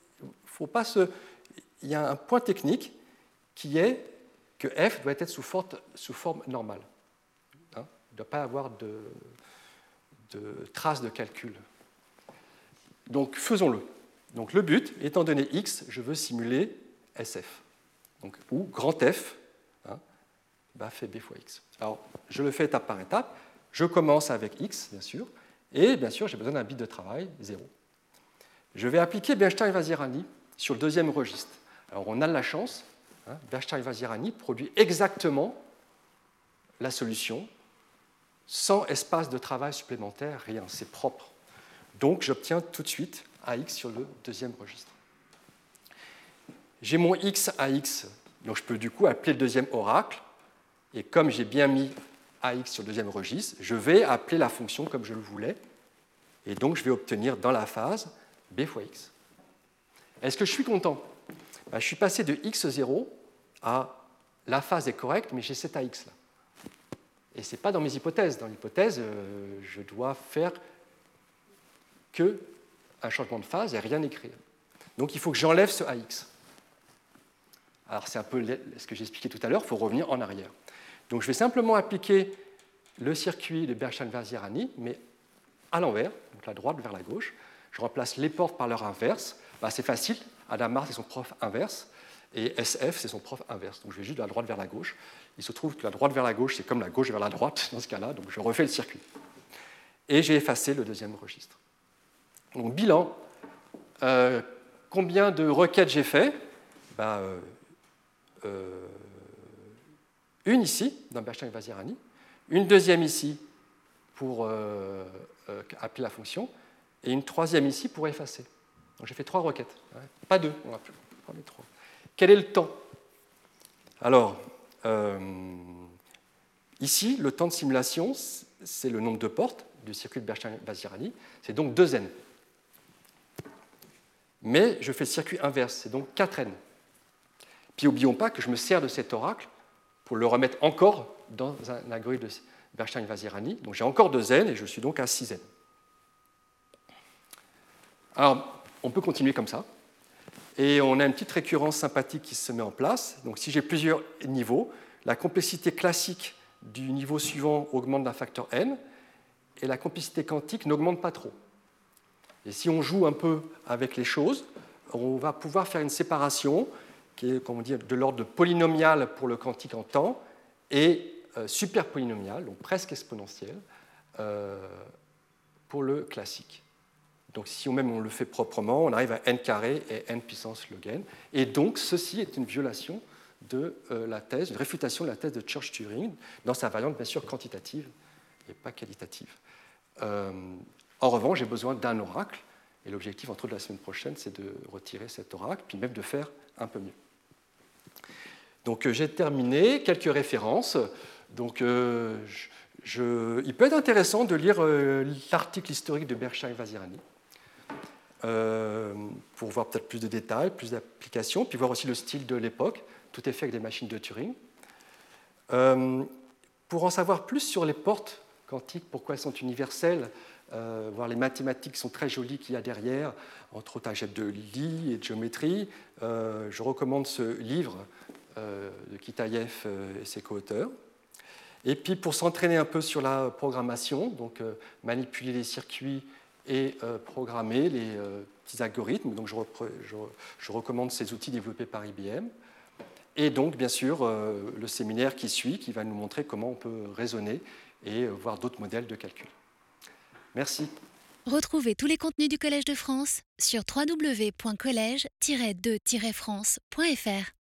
y a un point technique qui est que f doit être sous forme normale. Il ne doit pas avoir de traces de calcul. Donc faisons-le. Donc le but, étant donné x, je veux simuler SF, donc, où grand F fait b fois x. Alors je le fais étape par étape. Je commence avec x, bien sûr, et bien sûr j'ai besoin d'un bit de travail, 0. Je vais appliquer Bernstein-Vazirani sur le deuxième registre. Alors on a de la chance, Bernstein-Vazirani produit exactement la solution, sans espace de travail supplémentaire, rien, c'est propre. Donc j'obtiens tout de suite AX sur le deuxième registre. J'ai mon X AX, donc je peux du coup appeler le deuxième oracle, et comme j'ai bien mis AX sur le deuxième registre, je vais appeler la fonction comme je le voulais, et donc je vais obtenir dans la phase B fois X. Est-ce que je suis content? Je suis passé de x0 à la phase est correcte, mais j'ai cet AX là. Et ce n'est pas dans mes hypothèses. Dans l'hypothèse, je dois faire qu'un changement de phase et rien écrire. Donc il faut que j'enlève ce AX. Alors c'est un peu ce que j'ai expliqué tout à l'heure, il faut revenir en arrière. Donc je vais simplement appliquer le circuit de Bernstein-Vazirani, mais à l'envers, donc la droite vers la gauche. Je remplace les portes par leur inverse. C'est facile, Hadamard c'est son prof inverse, et SF c'est son prof inverse. Donc je vais juste de la droite vers la gauche. Il se trouve que la droite vers la gauche, c'est comme la gauche vers la droite dans ce cas-là, donc je refais le circuit. Et j'ai effacé le deuxième registre. Donc bilan, combien de requêtes j'ai fait? Une ici, dans Bernstein-Vazirani, une deuxième ici pour appeler la fonction, et une troisième ici pour effacer. Donc j'ai fait 3 requêtes, pas 2, on va plus prendre les 3. Quel est le temps? Alors, ici, le temps de simulation, c'est le nombre de portes du circuit de Bernstein-Vazirani, c'est donc 2n. Mais je fais le circuit inverse, c'est donc 4n. Puis n'oublions pas que je me sers de cet oracle pour le remettre encore dans un algorithme de Bernstein-Vazirani. Donc j'ai encore 2n et je suis donc à 6n. Alors, on peut continuer comme ça. Et on a une petite récurrence sympathique qui se met en place. Donc si j'ai plusieurs niveaux, la complexité classique du niveau suivant augmente d'un facteur n, et la complexité quantique n'augmente pas trop. Et si on joue un peu avec les choses, on va pouvoir faire une séparation qui est, comment dire, de l'ordre de polynomial pour le quantique en temps et super polynomial, donc presque exponentiel, pour le classique. Donc si on le fait proprement, on arrive à n carré et n puissance log n. Et donc ceci est une violation de la thèse, une réfutation de la thèse de Church-Turing dans sa variante bien sûr quantitative et pas qualitative. En revanche, j'ai besoin d'un oracle. Et l'objectif, entre autres, de la semaine prochaine, c'est de retirer cet oracle, puis même de faire un peu mieux. Donc, j'ai terminé. Quelques références. Donc, il peut être intéressant de lire l'article historique de Berkshire-Vazirani pour voir peut-être plus de détails, plus d'applications, puis voir aussi le style de l'époque. Tout est fait avec des machines de Turing. Pour en savoir plus sur les portes quantiques, pourquoi elles sont universelles, voir les mathématiques qui sont très jolies qu'il y a derrière, entre autres algèbre de Lie et de géométrie, je recommande ce livre de Kitaïev et ses co-auteurs. Et puis pour s'entraîner un peu sur la programmation, donc manipuler les circuits et programmer les petits algorithmes, donc je recommande ces outils développés par IBM. Et donc, bien sûr, le séminaire qui suit, qui va nous montrer comment on peut raisonner et voir d'autres modèles de calcul. Merci.
Retrouvez tous les contenus du Collège de France sur www.collège-2-france.fr.